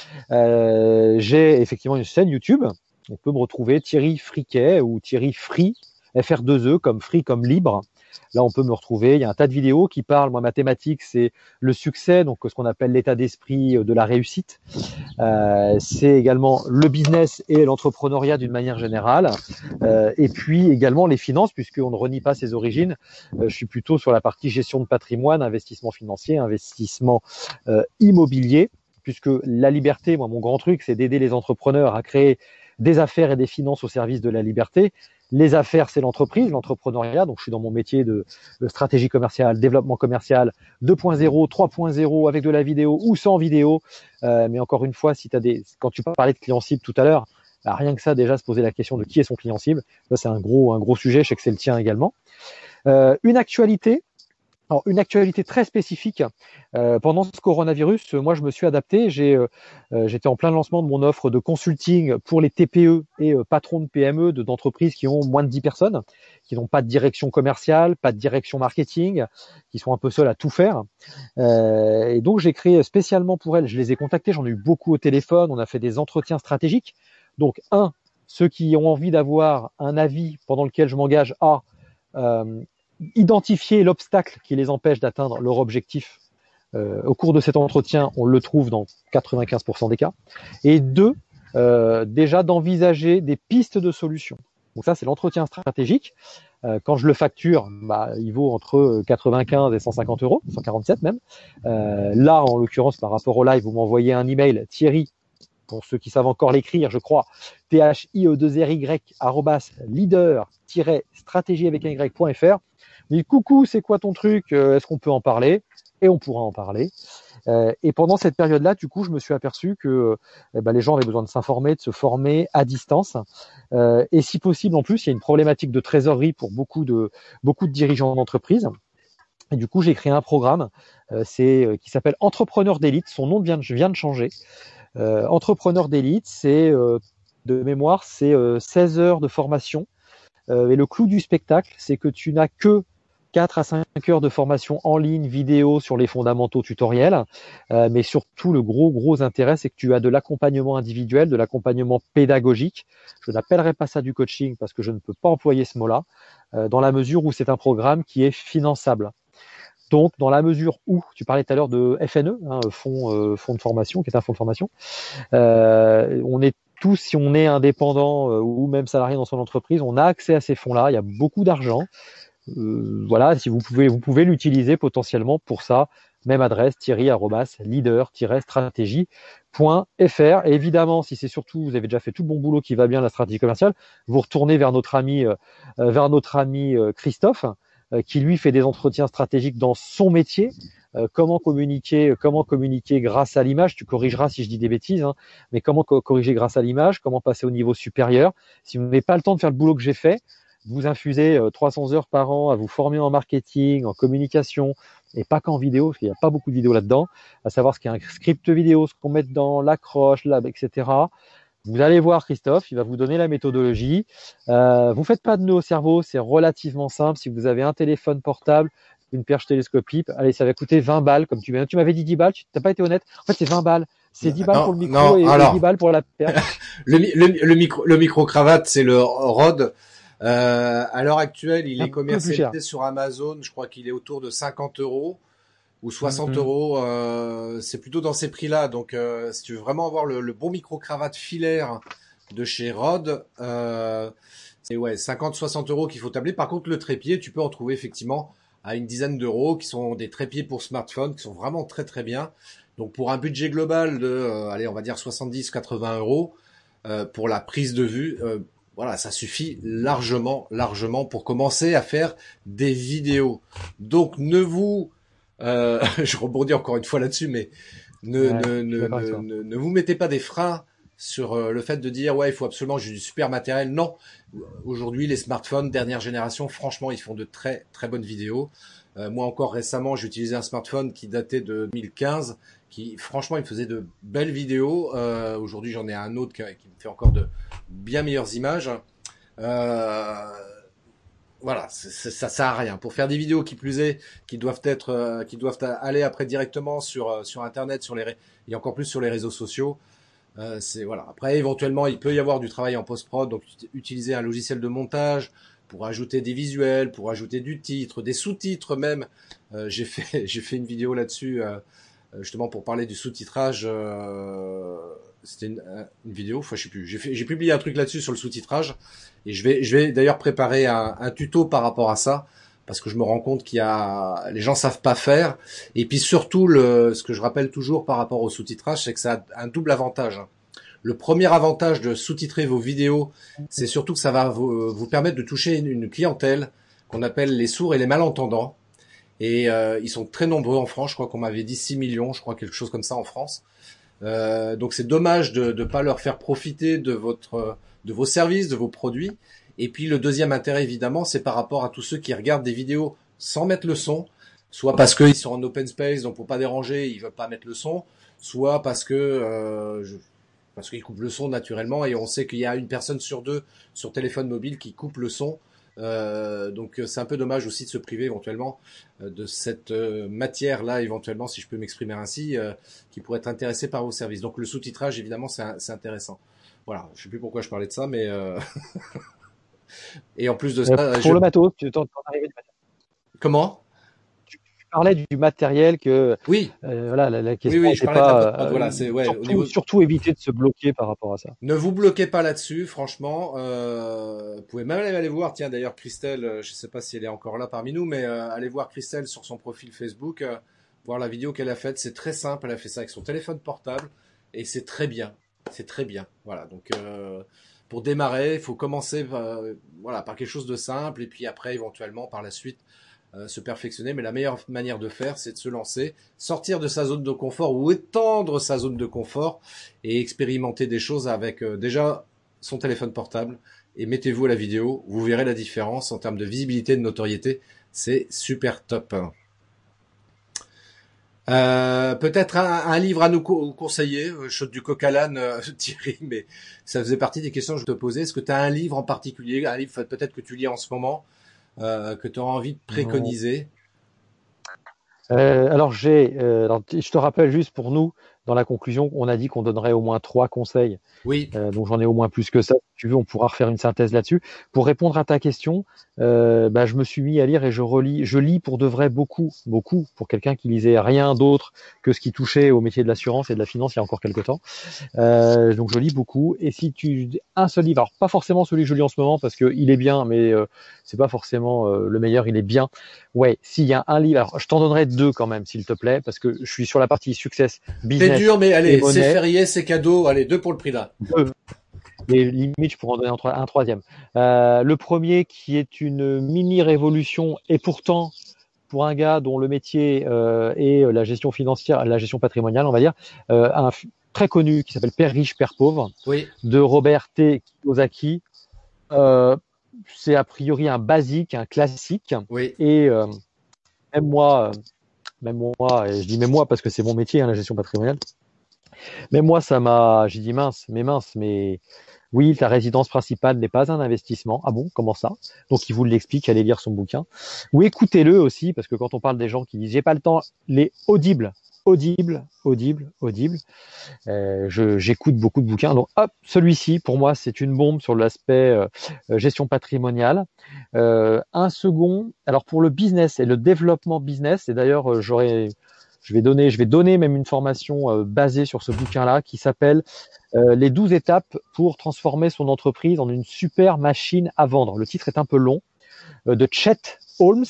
[SPEAKER 3] J'ai effectivement une chaîne YouTube. On peut me retrouver Thierry Friquet ou Thierry Free, FR2E comme free comme libre. Là, on peut me retrouver. Il y a un tas de vidéos qui parlent. Moi, ma thématique, c'est le succès, donc ce qu'on appelle l'état d'esprit de la réussite. C'est également le business et l'entrepreneuriat d'une manière générale. Et puis également les finances, puisqu'on ne renie pas ses origines. Je suis plutôt sur la partie gestion de patrimoine, investissement financier, investissement immobilier, puisque la liberté, moi, mon grand truc, c'est d'aider les entrepreneurs à créer des affaires et des finances au service de la liberté. Les affaires, c'est l'entreprise, l'entrepreneuriat. Donc, je suis dans mon métier de stratégie commerciale, développement commercial 2.0, 3.0 avec de la vidéo ou sans vidéo. Mais encore une fois, quand tu parlais de client cible tout à l'heure, rien que ça, déjà, se poser la question de qui est son client cible. Ça, c'est un gros sujet. Je sais que c'est le tien également. Une actualité. Alors, une actualité très spécifique. Pendant ce coronavirus, moi, je me suis adapté. J'étais en plein lancement de mon offre de consulting pour les TPE et patrons de PME, d'entreprises qui ont moins de 10 personnes, qui n'ont pas de direction commerciale, pas de direction marketing, qui sont un peu seuls à tout faire. Et donc, j'ai créé spécialement pour elles. Je les ai contactés. J'en ai eu beaucoup au téléphone. On a fait des entretiens stratégiques. Donc, ceux qui ont envie d'avoir un avis pendant lequel je m'engage à identifier l'obstacle qui les empêche d'atteindre leur objectif. Au cours de cet entretien, on le trouve dans 95% des cas. Et 2, déjà d'envisager des pistes de solutions. Donc ça, c'est l'entretien stratégique. Quand je le facture, il vaut entre 95 et 150 euros, 147 même. Là, en l'occurrence, par rapport au live, vous m'envoyez un email, Thierry, pour ceux qui savent encore l'écrire, je crois, thie2ry @leader-stratégie avec un y.fr. Dit coucou, c'est quoi ton truc? Est-ce qu'on peut en parler? Et on pourra en parler. Et pendant cette période-là, du coup, je me suis aperçu que les gens avaient besoin de s'informer, de se former à distance. Et si possible, en plus, il y a une problématique de trésorerie pour beaucoup de dirigeants d'entreprise. Et du coup, j'ai créé un programme qui s'appelle Entrepreneur d'élite. Son nom vient de changer. Entrepreneur d'élite, c'est de mémoire, c'est 16 heures de formation. Et le clou du spectacle, c'est que tu n'as que 4 à 5 heures de formation en ligne, vidéo sur les fondamentaux tutoriels. Mais surtout, le gros intérêt, c'est que tu as de l'accompagnement individuel, de l'accompagnement pédagogique. Je n'appellerai pas ça du coaching parce que je ne peux pas employer ce mot-là, dans la mesure où c'est un programme qui est finançable. Donc, dans la mesure où, tu parlais tout à l'heure de FNE, fonds de formation, qui est un fonds de formation, on est tous, si on est indépendant ou même salarié dans son entreprise, on a accès à ces fonds-là. Il y a beaucoup d'argent. Voilà, si vous pouvez l'utiliser potentiellement pour ça. Même adresse, thierry@leader-stratégie.fr. Et évidemment, si c'est surtout, vous avez déjà fait tout le bon boulot qui va bien, la stratégie commerciale, vous retournez vers notre ami Christophe, qui lui fait des entretiens stratégiques dans son métier. Comment communiquer grâce à l'image? Tu corrigeras si je dis des bêtises, hein, mais comment corriger grâce à l'image? Comment passer au niveau supérieur? Si vous n'avez pas le temps de faire le boulot que j'ai fait, vous infusez 300 heures par an à vous former en marketing, en communication, et pas qu'en vidéo, parce qu'il n'y a pas beaucoup de vidéos là-dedans, à savoir ce qu'est un script vidéo, ce qu'on met dedans, l'accroche, etc. Vous allez voir Christophe, il va vous donner la méthodologie. Vous faites pas de nœud au cerveau, c'est relativement simple. Si vous avez un téléphone portable, une perche télescopique, allez, ça va coûter 20 balles, comme tu m'avais dit 10 balles, tu n'as pas été honnête. En fait, c'est 20 balles. C'est 10 balles pour le micro et 10 balles pour la perche.
[SPEAKER 2] Le micro-cravate, c'est le Rode. À l'heure actuelle, il est commercialisé sur Amazon. Je crois qu'il est autour de 50 euros ou 60 euros. C'est plutôt dans ces prix-là. Donc, si tu veux vraiment avoir le bon micro-cravate filaire de chez Rode, c'est 50-60 euros qu'il faut tabler. Par contre, le trépied, tu peux en trouver effectivement à une dizaine d'euros, qui sont des trépieds pour smartphone, qui sont vraiment très très bien. Donc, pour un budget global de, allez, on va dire 70-80 euros pour la prise de vue. Voilà, ça suffit largement pour commencer à faire des vidéos. Donc, je rebondis encore une fois là-dessus, mais ne vous mettez pas des freins sur le fait de dire il faut absolument que j'ai du super matériel. Non, aujourd'hui les smartphones dernière génération, franchement, ils font de très très bonnes vidéos. Moi encore récemment, j'ai utilisé un smartphone qui datait de 2015, qui franchement il faisait de belles vidéos. Aujourd'hui, j'en ai un autre qui me fait encore de bien meilleures images. Voilà, ça sert à rien. Pour faire des vidéos qui plus est, qui doivent aller après directement sur Internet, et encore plus sur les réseaux sociaux. Voilà. Après, éventuellement, il peut y avoir du travail en post-prod, donc utiliser un logiciel de montage pour ajouter des visuels, pour ajouter du titre, des sous-titres même. J'ai fait une vidéo là-dessus, justement pour parler du sous-titrage. C'était une vidéo, enfin je sais plus. J'ai publié un truc là-dessus sur le sous-titrage, et je vais d'ailleurs préparer un tuto par rapport à ça, parce que je me rends compte les gens savent pas faire. Et puis surtout, ce que je rappelle toujours par rapport au sous-titrage, c'est que ça a un double avantage. Le premier avantage de sous-titrer vos vidéos, c'est surtout que ça va vous permettre de toucher une clientèle qu'on appelle les sourds et les malentendants. Et ils sont très nombreux en France. Je crois qu'on m'avait dit 6 millions, je crois quelque chose comme ça en France. Donc c'est dommage de pas leur faire profiter de vos services, de vos produits. Et puis le deuxième intérêt évidemment, c'est par rapport à tous ceux qui regardent des vidéos sans mettre le son, soit parce qu'ils sont en open space, donc pour pas déranger, ils veulent pas mettre le son, soit parce qu'ils coupent le son naturellement, et on sait qu'il y a une personne sur deux sur téléphone mobile qui coupe le son. Donc c'est un peu dommage aussi de se priver éventuellement de cette matière-là, éventuellement, si je peux m'exprimer ainsi, qui pourrait être intéressé par vos services. Donc le sous-titrage, évidemment, c'est intéressant. Voilà, je sais plus pourquoi je parlais de ça, mais et en plus de ça,
[SPEAKER 3] pour le matos, tu t'en arrives.
[SPEAKER 2] Comment?
[SPEAKER 3] parlais du matériel que
[SPEAKER 2] Oui,
[SPEAKER 3] voilà, la
[SPEAKER 2] oui,
[SPEAKER 3] question
[SPEAKER 2] oui, je
[SPEAKER 3] n'était
[SPEAKER 2] parlais de la
[SPEAKER 3] pas
[SPEAKER 2] prod. Voilà, c'est ouais, au
[SPEAKER 3] surtout,
[SPEAKER 2] niveau.
[SPEAKER 3] surtout éviter de se bloquer par rapport à ça.
[SPEAKER 2] Ne vous bloquez pas là-dessus, franchement. Vous pouvez même aller voir. Tiens, d'ailleurs, Christelle, je sais pas si elle est encore là parmi nous, mais allez voir Christelle sur son profil Facebook, voir la vidéo qu'elle a faite. C'est très simple. Elle a fait ça avec son téléphone portable et c'est très bien. C'est très bien. Voilà. Donc, pour démarrer, il faut commencer, voilà, par quelque chose de simple et puis après, éventuellement, par la suite, se perfectionner. Mais la meilleure manière de faire, c'est de se lancer, sortir de sa zone de confort ou étendre sa zone de confort et expérimenter des choses avec déjà son téléphone portable et mettez-vous à la vidéo. Vous verrez la différence en termes de visibilité, de notoriété. C'est super top. Peut-être un livre à nous conseiller. Je saute du coq à l'âne, Thierry, mais ça faisait partie des questions que je te posais. Est-ce que tu as un livre en particulier, un livre peut-être que tu lis en ce moment, que tu auras envie de
[SPEAKER 3] Non.
[SPEAKER 2] préconiser?
[SPEAKER 3] Alors je te rappelle juste pour nous, dans la conclusion, on a dit qu'on donnerait au moins 3 conseils.
[SPEAKER 2] Oui,
[SPEAKER 3] Donc j'en ai au moins plus que ça. Si tu veux, on pourra refaire une synthèse là-dessus. Pour répondre à ta question, je me suis mis à lire et je lis pour de vrai beaucoup, beaucoup, pour quelqu'un qui lisait rien d'autre que ce qui touchait au métier de l'assurance et de la finance il y a encore quelques temps. Donc je lis beaucoup. Et si tu un seul livre, alors pas forcément celui que je lis en ce moment parce que il est bien, mais c'est pas forcément le meilleur. Il est bien. Ouais, s'il y a un livre, alors je t'en donnerai 2 quand même, s'il te plaît, parce que je suis sur la partie success,
[SPEAKER 2] c'est
[SPEAKER 3] business
[SPEAKER 2] dur, mais
[SPEAKER 3] et
[SPEAKER 2] allez, c'est
[SPEAKER 3] monnaie.
[SPEAKER 2] férié, c'est cadeau. Allez, 2 pour le prix là.
[SPEAKER 3] 2. Et limite, je pourrais en donner un troisième. Le premier qui est une mini révolution et pourtant pour un gars dont le métier est la gestion financière, la gestion patrimoniale, on va dire, très connu qui s'appelle Père riche, Père pauvre
[SPEAKER 2] Oui,
[SPEAKER 3] de Robert T. Kiyosaki. Euh, c'est a priori un basique, un classique.
[SPEAKER 2] oui.
[SPEAKER 3] Et même moi, et je dis même moi parce que c'est mon métier, hein, la gestion patrimoniale. Même moi, j'ai dit mince, mais oui, ta résidence principale n'est pas un investissement. Ah bon, comment ça? Donc, il vous l'explique, allez lire son bouquin. Ou écoutez-le aussi, parce que quand on parle des gens qui disent j'ai pas le temps, les audibles, audibles. J'écoute beaucoup de bouquins. Donc, hop, celui-ci, pour moi, c'est une bombe sur l'aspect gestion patrimoniale. Un second, alors pour le business et le développement business, et d'ailleurs, je vais donner même une formation basée sur ce bouquin-là qui s'appelle les 12 étapes pour transformer son entreprise en une super machine à vendre. Le titre est un peu long, de Chet Holmes,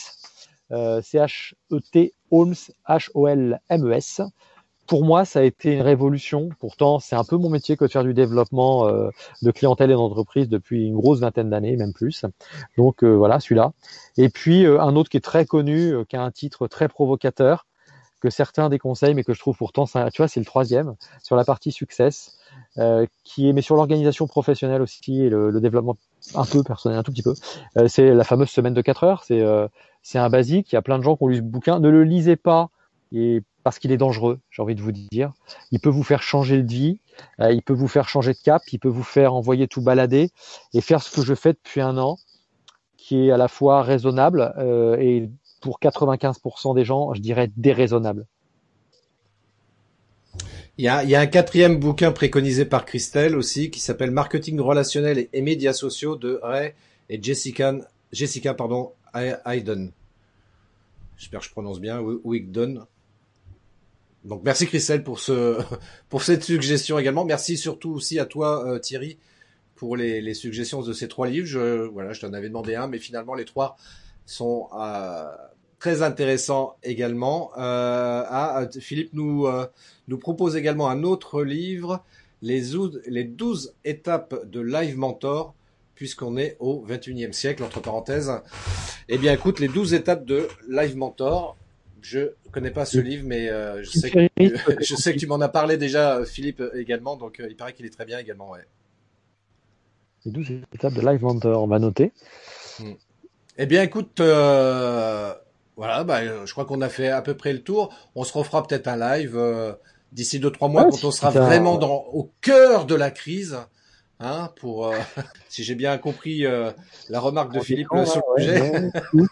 [SPEAKER 3] C-H-E-T Holmes, H-O-L-M-E-S. Pour moi, ça a été une révolution. Pourtant, c'est un peu mon métier que de faire du développement de clientèle et d'entreprise depuis une grosse vingtaine d'années, même plus. Donc voilà, celui-là. Et puis un autre qui est très connu, qui a un titre très provocateur, que certains déconseillent, mais que je trouve pourtant, tu vois, c'est le troisième, sur la partie success, mais sur l'organisation professionnelle aussi et le développement un peu personnel, un tout petit peu. C'est la fameuse semaine de 4 heures. C'est un basique. Il y a plein de gens qui ont lu ce bouquin. Ne le lisez pas parce qu'il est dangereux, j'ai envie de vous dire. Il peut vous faire changer de vie, il peut vous faire changer de cap, il peut vous faire envoyer tout balader et faire ce que je fais depuis un an, qui est à la fois raisonnable et pour 95% des gens, je dirais déraisonnable.
[SPEAKER 2] Il y a un quatrième bouquin préconisé par Christelle aussi qui s'appelle Marketing relationnel et médias sociaux de Ray et Jessica pardon, Hayden. J'espère que je prononce bien, Wigdon. Donc merci Christelle pour pour cette suggestion également. Merci surtout aussi à toi Thierry pour les suggestions de ces 3 livres. Je t'en avais demandé un, mais finalement les 3 sont très intéressants également. Philippe nous propose également un autre livre, les 12 étapes de Live Mentor, puisqu'on est au 21e siècle, entre parenthèses. Eh bien écoute, les 12 étapes de Live Mentor, je connais pas ce livre, mais je sais que tu m'en as parlé déjà, Philippe, également, donc il paraît qu'il est très bien également, ouais.
[SPEAKER 3] Les 12 étapes de Live Mentor, on va noter.
[SPEAKER 2] Eh bien, écoute, voilà, je crois qu'on a fait à peu près le tour. On se refera peut-être un live d'ici 2-3 mois quand on sera vraiment au cœur de la crise, hein, pour si j'ai bien compris la remarque de Philippe sur le sujet.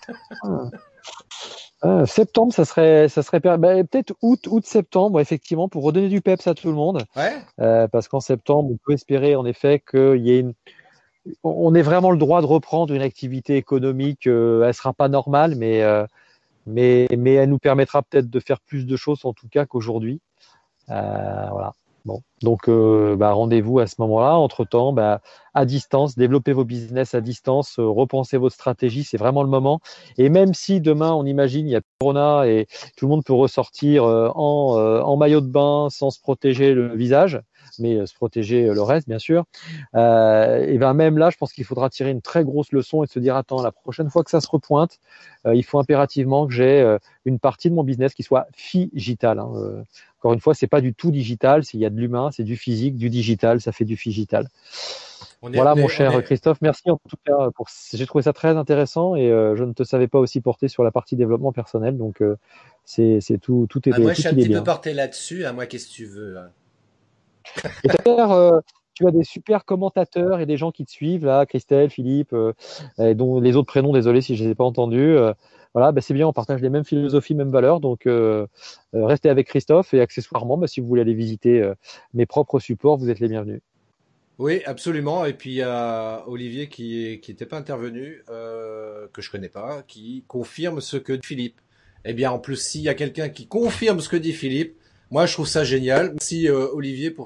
[SPEAKER 3] Septembre, ça serait peut-être août-septembre, effectivement, pour redonner du peps à tout le monde.
[SPEAKER 2] Ouais.
[SPEAKER 3] Parce qu'en septembre, on peut espérer en effet qu'il y ait on ait vraiment le droit de reprendre une activité économique. Elle sera pas normale, mais mais elle nous permettra peut-être de faire plus de choses en tout cas qu'aujourd'hui. Voilà. Bon, donc rendez-vous à ce moment-là. Entre-temps, à distance, développez vos business à distance, repensez votre stratégie, c'est vraiment le moment. Et même si demain, on imagine, il y a Corona et tout le monde peut ressortir en maillot de bain sans se protéger le visage, mais se protéger le reste, bien sûr. Et même là, je pense qu'il faudra tirer une très grosse leçon et se dire, attends, la prochaine fois que ça se repointe, il faut impérativement que j'ai une partie de mon business qui soit figital. Encore une fois, c'est pas du tout digital, il y a de l'humain, c'est du physique, du digital, ça fait du figital. Voilà, mon cher Christophe, merci en tout cas. J'ai trouvé ça très intéressant et je ne te savais pas aussi porter sur la partie développement personnel, donc c'est tout est
[SPEAKER 2] moi,
[SPEAKER 3] tout
[SPEAKER 2] je suis un petit peu porté là-dessus. Moi, qu'est-ce que tu veux
[SPEAKER 3] Et d'ailleurs, tu as des super commentateurs et des gens qui te suivent là, Christelle, Philippe, et dont les autres prénoms, désolé si je les ai pas entendus. Voilà, c'est bien, on partage les mêmes philosophies, mêmes valeurs. Donc, restez avec Christophe et accessoirement, si vous voulez aller visiter mes propres supports, vous êtes les bienvenus.
[SPEAKER 2] Oui, absolument. Et puis il y a Olivier qui était pas intervenu, que je connais pas, qui confirme ce que dit Philippe. Eh bien, en plus, s'il y a quelqu'un qui confirme ce que dit Philippe, moi je trouve ça génial. Merci Olivier pour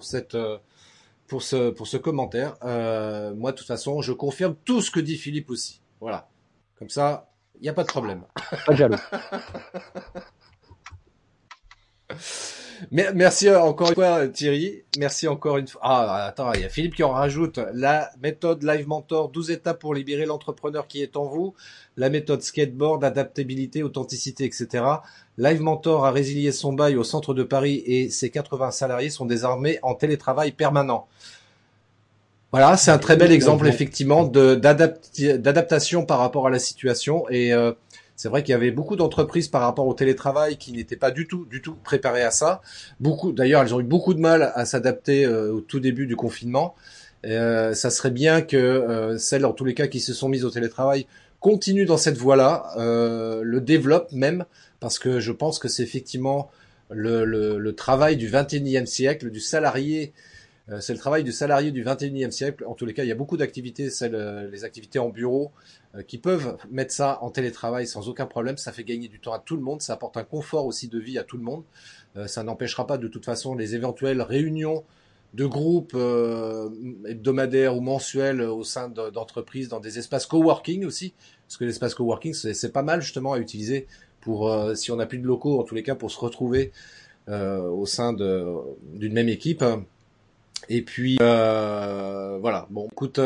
[SPEAKER 2] ce commentaire. Moi, de toute façon, je confirme tout ce que dit Philippe aussi. Voilà. Comme ça, il n'y a pas de problème.
[SPEAKER 3] Pas de jaloux.
[SPEAKER 2] Merci encore une fois Thierry, merci encore une fois. Attends, il y a Philippe qui en rajoute. La méthode Live Mentor, 12 étapes pour libérer l'entrepreneur qui est en vous. La méthode skateboard, adaptabilité, authenticité, etc. Live Mentor a résilié son bail au centre de Paris et ses 80 salariés sont désormais en télétravail permanent. Voilà, c'est un très bel exemple effectivement d'adaptation par rapport à la situation et c'est vrai qu'il y avait beaucoup d'entreprises par rapport au télétravail qui n'étaient pas du tout préparées à ça. D'ailleurs, elles ont eu beaucoup de mal à s'adapter au tout début du confinement. Ça serait bien que celles, en tous les cas, qui se sont mises au télétravail continuent dans cette voie-là, le développent même, parce que je pense que c'est effectivement le travail du 21e siècle, du salarié. C'est le travail du salarié du 21e siècle. En tous les cas, il y a beaucoup d'activités, les activités en bureau, qui peuvent mettre ça en télétravail sans aucun problème. Ça fait gagner du temps à tout le monde. Ça apporte un confort aussi de vie à tout le monde. Ça n'empêchera pas de toute façon les éventuelles réunions de groupes hebdomadaires ou mensuels au sein d'entreprises dans des espaces coworking aussi. Parce que l'espace coworking, c'est pas mal justement à utiliser pour, si on n'a plus de locaux, en tous les cas, pour se retrouver au sein d'une même équipe. Et puis voilà. Bon, écoute,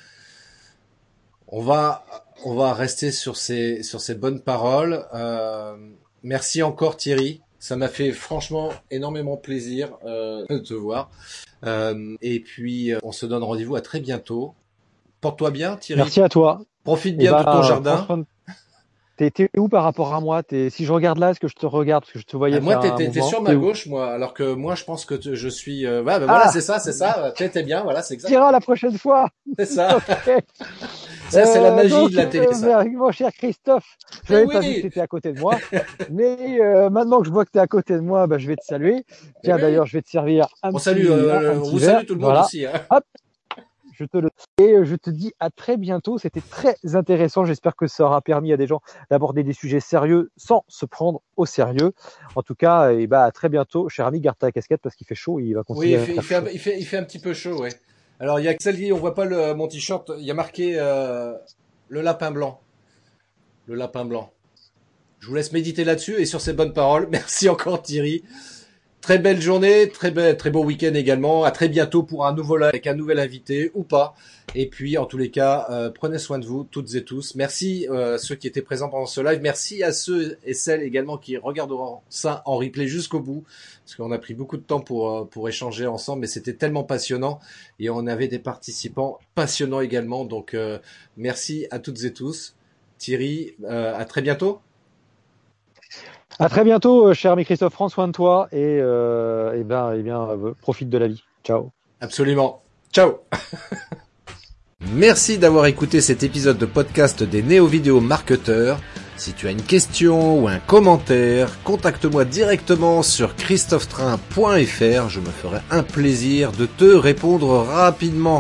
[SPEAKER 2] on va rester sur ces bonnes paroles. Merci encore Thierry. Ça m'a fait franchement énormément plaisir de te voir. Et puis on se donne rendez-vous à très bientôt. Porte-toi bien Thierry.
[SPEAKER 3] Merci à toi.
[SPEAKER 2] Profite bien de ton jardin.
[SPEAKER 3] T'es où par rapport à moi? Si je regarde là, est-ce que je te regarde? Parce que je te voyais
[SPEAKER 2] moi,
[SPEAKER 3] faire
[SPEAKER 2] t'es sur ma gauche, moi. Alors que moi, je pense que je suis... voilà, c'est ça. T'es bien, voilà, c'est exact.
[SPEAKER 3] Tu diras la prochaine fois.
[SPEAKER 2] C'est ça. Okay. Ça, c'est la magie de la télé, ça.
[SPEAKER 3] Mon cher Christophe, je n'avais pas vu que tu étais à côté de moi. Mais maintenant que je vois que tu es à côté de moi, je vais te saluer. Tiens, d'ailleurs, je vais te servir un petit verre.
[SPEAKER 2] On vous salue tout le monde aussi. Hein.
[SPEAKER 3] Hop. Je te dis à très bientôt. C'était très intéressant. J'espère que ça aura permis à des gens d'aborder des sujets sérieux sans se prendre au sérieux. En tout cas, à très bientôt. Cher ami, garde ta casquette parce qu'il fait chaud et il va continuer.
[SPEAKER 2] Oui, il fait un petit peu chaud, ouais. Alors, il y a celle qui, on voit pas mon t-shirt. Il y a marqué le lapin blanc. Le lapin blanc. Je vous laisse méditer là-dessus et sur ces bonnes paroles. Merci encore Thierry. Très belle journée, très beau week-end également. À très bientôt pour un nouveau live avec un nouvel invité ou pas. Et puis, en tous les cas, prenez soin de vous toutes et tous. Merci ceux qui étaient présents pendant ce live. Merci à ceux et celles également qui regarderont ça en replay jusqu'au bout. Parce qu'on a pris beaucoup de temps pour échanger ensemble, mais c'était tellement passionnant. Et on avait des participants passionnants également. Donc, merci à toutes et tous. Thierry, à très bientôt.
[SPEAKER 3] À très bientôt, cher ami Christophe. Prends soin de toi et profite de la vie. Ciao.
[SPEAKER 2] Absolument. Ciao. Merci d'avoir écouté cet épisode de podcast des Néo-Vidéo Marketeurs. Si tu as une question ou un commentaire, contacte-moi directement sur christophetrain.fr. Je me ferai un plaisir de te répondre rapidement.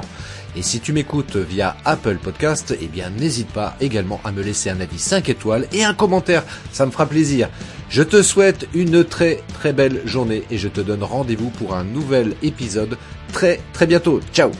[SPEAKER 2] Et si tu m'écoutes via Apple Podcast, eh bien n'hésite pas également à me laisser un avis 5 étoiles et un commentaire, ça me fera plaisir. Je te souhaite une très très belle journée et je te donne rendez-vous pour un nouvel épisode très très bientôt. Ciao.